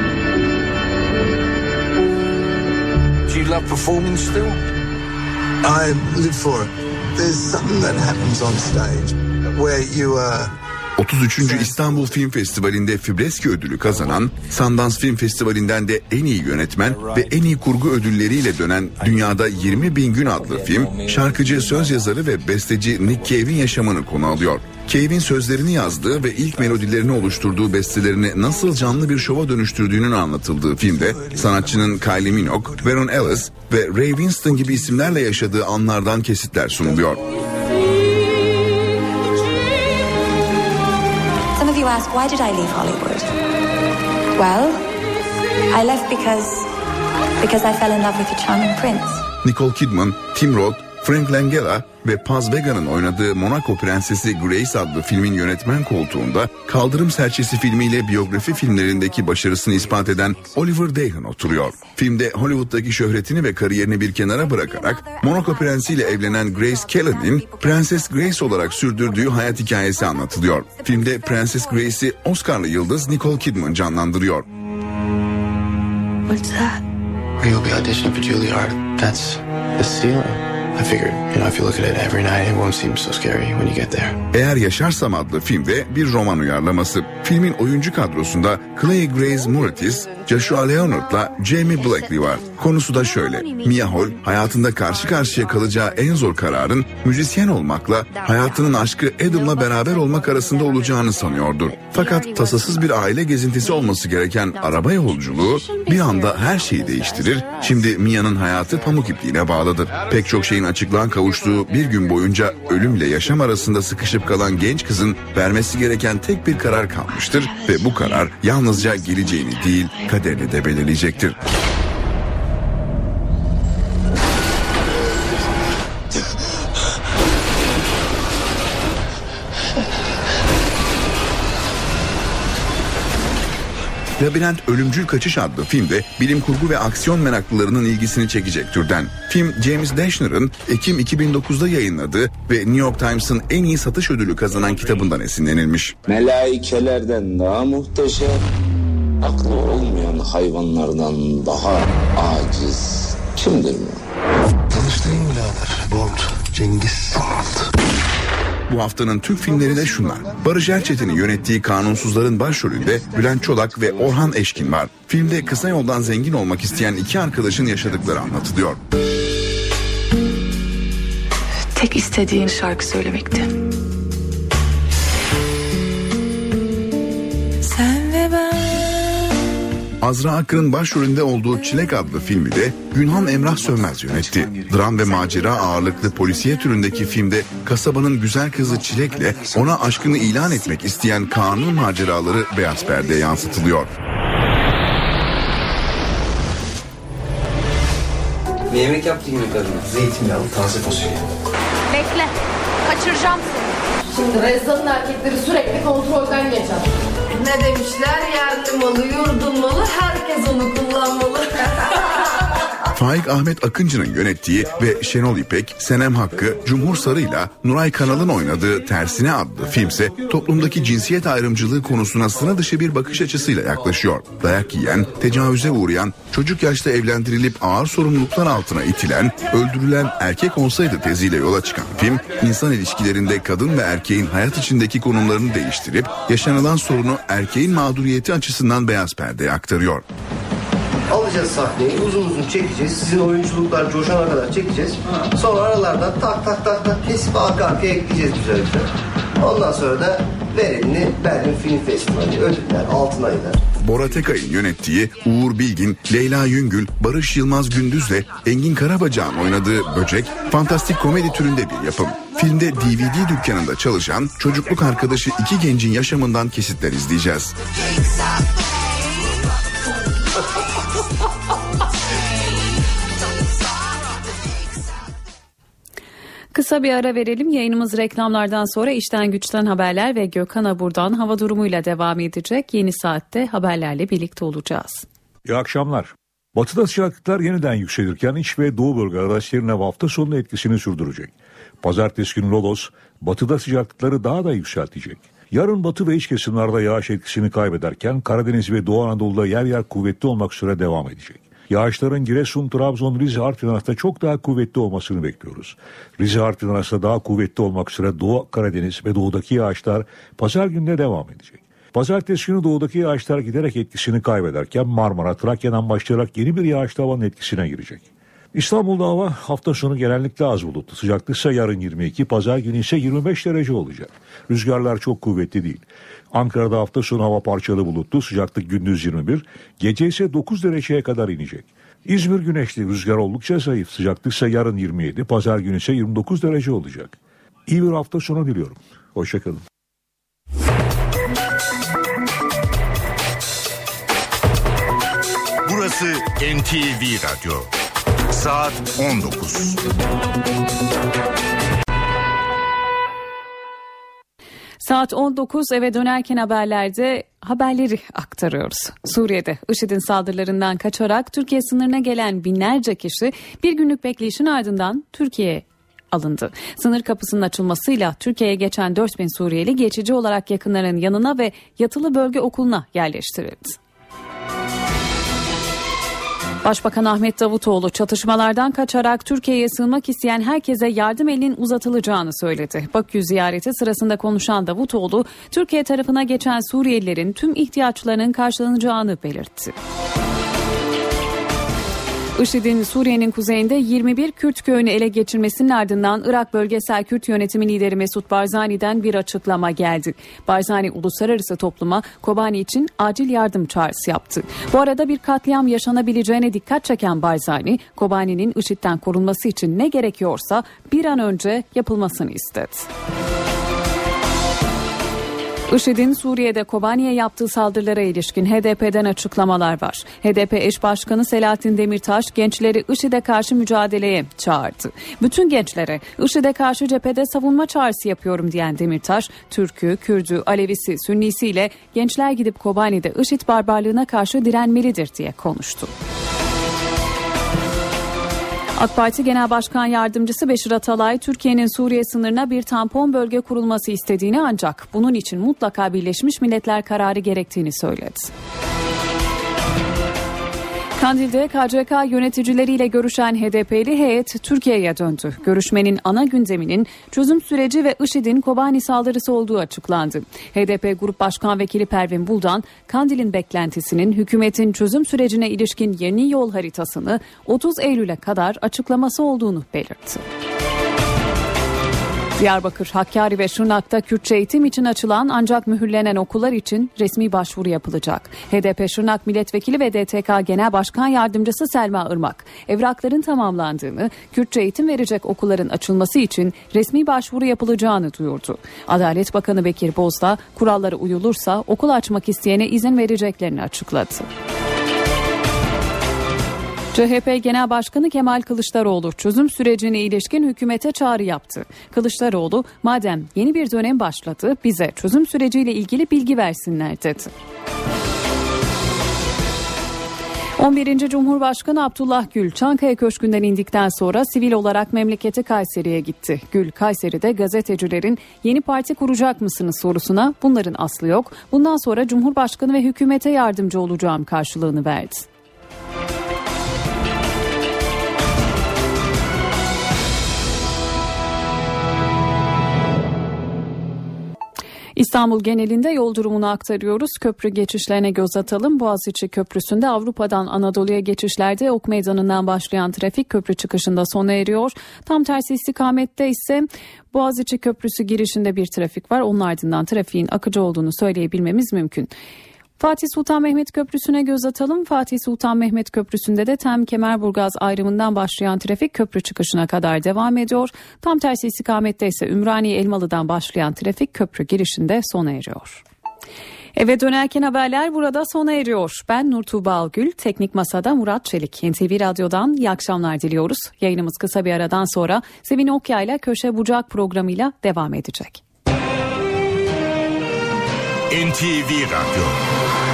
Do you love performing still? I live for it. There's something that happens on stage where you are... otuz üçüncü İstanbul Film Festivali'nde Fibreski ödülü kazanan, Sundance Film Festivali'nden de en iyi yönetmen ve en iyi kurgu ödülleriyle dönen Dünyada yirmi bin Gün adlı film, şarkıcı, söz yazarı ve besteci Nick Cave'in yaşamını konu alıyor. Cave'in sözlerini yazdığı ve ilk melodilerini oluşturduğu bestelerini nasıl canlı bir şova dönüştürdüğünün anlatıldığı filmde, sanatçının Kylie Minogue, Vernon Ellis ve Ray Winston gibi isimlerle yaşadığı anlardan kesitler sunuluyor. Some of you ask, why did I leave Hollywood? Well, I left because because I fell in love with a charming prince. Nicole Kidman, Tim Roth, Frank Langella ve Paz Vega'nın oynadığı Monaco Prensesi Grace adlı filmin yönetmen koltuğunda Kaldırım Serçesi filmiyle biyografi filmlerindeki başarısını ispat eden Oliver Dahan oturuyor. Filmde Hollywood'daki şöhretini ve kariyerini bir kenara bırakarak Monaco Prensi ile evlenen Grace Kelly'nin Prenses Grace olarak sürdürdüğü hayat hikayesi anlatılıyor. Filmde Prenses Grace'i Oscar'lı yıldız Nicole Kidman canlandırıyor. What's that? You'll be auditioning for Juilliard. That's the ceiling. I figured, you know, if you look at it every night, it won't seem so scary when you get there. Eğer Yaşarsam adlı filmde bir roman uyarlaması. Filmin oyuncu kadrosunda Clay Grace Moretz, Joshua Leonard'la Jamie Blackley var. Konusu da şöyle. Mia Hall hayatında karşı karşıya kalacağı en zor kararın müzisyen olmakla hayatının aşkı Adam'la beraber olmak arasında olacağını sanıyordur. Fakat tasasız bir aile gezintisi olması gereken araba yolculuğu bir anda her şeyi değiştirir. Şimdi Mia'nın hayatı pamuk ipliğine bağlıdır. Pek çok şeyin açıklığa kavuştuğu bir gün boyunca ölümle yaşam arasında sıkışıp kalan genç kızın vermesi gereken tek bir karar kalmıştır ve bu karar yalnızca geleceğini değil, kaderini de belirleyecektir. Labirent Ölümcül Kaçış adlı filmde bilim kurgu ve aksiyon meraklılarının ilgisini çekecek türden. Film James Dashner'ın Ekim iki bin dokuzda yayınladığı ve New York Times'ın en iyi satış ödülü kazanan kitabından esinlenilmiş. Melaikelerden daha muhteşem, aklı olmayan hayvanlardan daha aciz kimdir mi? Tanıştırayım birader. Bond, Cengiz Alt. Bu haftanın Türk filmleri de şunlar. Barış Erçetin'in yönettiği Kanunsuzların başrolünde Bülent Çolak ve Orhan Eşkin var. Filmde kısa yoldan zengin olmak isteyen iki arkadaşın yaşadıkları anlatılıyor. Tek istediğim şarkı söylemekti. Sen ve ben Azra Akın'ın başrolünde olduğu Çilek adlı filmi de Günhan Emrah Sönmez yönetti. Dram ve macera ağırlıklı polisiye türündeki filmde kasabanın güzel kızı Çilek'le ona aşkını ilan etmek isteyen Kaan'ın maceraları beyaz perdeye yansıtılıyor. Ne yemek yaptın yine kadına? Zeytinyağlı taze fasulye. Bekle. Kaçıracağım seni. Şimdi Rezza'nın erkekleri sürekli kontrolden geçer. Ne demişler? Yerli malı, yurdun malı, herkes onu kullanmalı. Faik Ahmet Akıncı'nın yönettiği ve Şenol İpek, Senem Hakkı, Cumhur Sarı'yla Nuray Kanal'ın oynadığı Tersine adlı filmse toplumdaki cinsiyet ayrımcılığı konusuna sıra dışı bir bakış açısıyla yaklaşıyor. Dayak yiyen, tecavüze uğrayan, çocuk yaşta evlendirilip ağır sorumluluklar altına itilen, öldürülen erkek olsaydı teziyle yola çıkan film, insan ilişkilerinde kadın ve erkeğin hayat içindeki konumlarını değiştirip yaşanılan sorunu erkeğin mağduriyeti açısından beyaz perdeye aktarıyor. Alacağız sahneyi, uzun uzun çekeceğiz. Sizin oyunculuklar coşana kadar çekeceğiz. Sonra aralardan tak tak tak tak kesip arka arkaya ekleyeceğiz güzel güzel. Ondan sonra da verilini Berlin Film Festivali, ödüller, altın aylar. Bora Tekay'ın yönettiği Uğur Bilgin, Leyla Yüngül, Barış Yılmaz Gündüz'le Engin Karabacak'ın oynadığı Böcek, fantastik komedi türünde bir yapım. Filmde D V D dükkanında çalışan çocukluk arkadaşı iki gencin yaşamından kesitler izleyeceğiz. Kısa bir ara verelim. Yayınımız reklamlardan sonra işten güçten haberler ve Gökhan Abur'dan hava durumuyla devam edecek. Yeni saatte haberlerle birlikte olacağız. İyi akşamlar. Batıda sıcaklıklar yeniden yükselirken iç ve doğu bölgelerde serin hava hafta sonu etkisini sürdürecek. Pazartesi günü Lodos, batıda sıcaklıkları daha da yükseltecek. Yarın batı ve iç kesimlerde yağış etkisini kaybederken Karadeniz ve Doğu Anadolu'da yer yer kuvvetli olmak üzere devam edecek. Yağışların Giresun, Trabzon, Rize, Artvin arasında çok daha kuvvetli olmasını bekliyoruz. Rize, Artvin arasında daha kuvvetli olmak üzere Doğu Karadeniz ve doğudaki yağışlar pazar gününe devam edecek. Pazartesi günü doğudaki yağışlar giderek etkisini kaybederken Marmara, Trakya'dan başlayarak yeni bir yağışlı havanın etkisine girecek. İstanbul'da hava hafta sonu genellikle az bulutlu. Sıcaklık ise yarın yirmi iki, pazar günü ise yirmi beş derece olacak. Rüzgarlar çok kuvvetli değil. Ankara'da hafta sonu hava parçalı bulutlu, sıcaklık gündüz yirmi bir, gece ise dokuz dereceye kadar inecek. İzmir güneşli, rüzgar oldukça zayıf, sıcaklık ise yarın yirmi yedi, pazar günü ise yirmi dokuz derece olacak. İyi bir hafta sonu diliyorum. Hoşçakalın. Burası N T V Radyo. Saat on dokuz. Saat on dokuz, eve dönerken haberlerde haberleri aktarıyoruz. Suriye'de IŞİD'in saldırılarından kaçarak Türkiye sınırına gelen binlerce kişi bir günlük bekleyişin ardından Türkiye'ye alındı. Sınır kapısının açılmasıyla Türkiye'ye geçen dört bin Suriyeli geçici olarak yakınlarının yanına ve yatılı bölge okuluna yerleştirildi. Başbakan Ahmet Davutoğlu çatışmalardan kaçarak Türkiye'ye sığınmak isteyen herkese yardım elinin uzatılacağını söyledi. Bakü ziyareti sırasında konuşan Davutoğlu, Türkiye tarafına geçen Suriyelilerin tüm ihtiyaçlarının karşılanacağını belirtti. IŞİD'in Suriye'nin kuzeyinde yirmi bir Kürt köyünü ele geçirmesinin ardından Irak Bölgesel Kürt Yönetimi lideri Mesut Barzani'den bir açıklama geldi. Barzani uluslararası topluma Kobani için acil yardım çağrısı yaptı. Bu arada bir katliam yaşanabileceğine dikkat çeken Barzani, Kobani'nin IŞİD'den korunması için ne gerekiyorsa bir an önce yapılmasını istedi. IŞİD'in Suriye'de Kobani'ye yaptığı saldırılara ilişkin H D P'den açıklamalar var. H D P eş başkanı Selahattin Demirtaş gençleri IŞİD'e karşı mücadeleye çağırdı. Bütün gençlere IŞİD'e karşı cephede savunma çağrısı yapıyorum diyen Demirtaş, Türk'ü, Kürd'ü, Alevisi, Sünnisi ile gençler gidip Kobani'de IŞİD barbarlığına karşı direnmelidir diye konuştu. AK Parti Genel Başkan Yardımcısı Beşir Atalay, Türkiye'nin Suriye sınırına bir tampon bölge kurulması istediğini ancak bunun için mutlaka Birleşmiş Milletler kararı gerektiğini söyledi. Kandil'de K C K yöneticileriyle görüşen H D P'li heyet Türkiye'ye döndü. Görüşmenin ana gündeminin çözüm süreci ve IŞİD'in Kobani saldırısı olduğu açıklandı. H D P Grup Başkan Vekili Pervin Buldan, Kandil'in beklentisinin hükümetin çözüm sürecine ilişkin yeni yol haritasını otuz Eylül'e kadar açıklaması olduğunu belirtti. Diyarbakır, Hakkari ve Şırnak'ta Kürtçe eğitim için açılan ancak mühürlenen okullar için resmi başvuru yapılacak. H D P Şırnak Milletvekili ve D T K Genel Başkan Yardımcısı Selma Irmak, evrakların tamamlandığını, Kürtçe eğitim verecek okulların açılması için resmi başvuru yapılacağını duyurdu. Adalet Bakanı Bekir Bozdağ, kurallara uyulursa okul açmak isteyene izin vereceklerini açıkladı. C H P Genel Başkanı Kemal Kılıçdaroğlu çözüm sürecine ilişkin hükümete çağrı yaptı. Kılıçdaroğlu, madem yeni bir dönem başladı, bize çözüm süreciyle ilgili bilgi versinler dedi. on birinci Cumhurbaşkanı Abdullah Gül, Çankaya Köşkü'nden indikten sonra sivil olarak memleketi Kayseri'ye gitti. Gül, Kayseri'de gazetecilerin yeni parti kuracak mısınız sorusuna bunların aslı yok, bundan sonra Cumhurbaşkanı ve hükümete yardımcı olacağım karşılığını verdi. İstanbul genelinde yol durumunu aktarıyoruz. Köprü geçişlerine göz atalım. Boğaziçi Köprüsü'nde Avrupa'dan Anadolu'ya geçişlerde Ok Meydanı'ndan başlayan trafik köprü çıkışında sona eriyor. Tam tersi istikamette ise Boğaziçi Köprüsü girişinde bir trafik var. Onun ardından trafiğin akıcı olduğunu söyleyebilmemiz mümkün. Fatih Sultan Mehmet Köprüsü'ne göz atalım. Fatih Sultan Mehmet Köprüsü'nde de Tem Kemerburgaz ayrımından başlayan trafik köprü çıkışına kadar devam ediyor. Tam tersi istikamette ise Ümraniye Elmalı'dan başlayan trafik köprü girişinde sona eriyor. Eve dönerken haberler burada sona eriyor. Ben Nur Tuğba Algül, Teknik Masa'da Murat Çelik. N T V Radyo'dan iyi akşamlar diliyoruz. Yayınımız kısa bir aradan sonra Sevin Okya ile Köşe Bucak programıyla devam edecek. N T V Radyo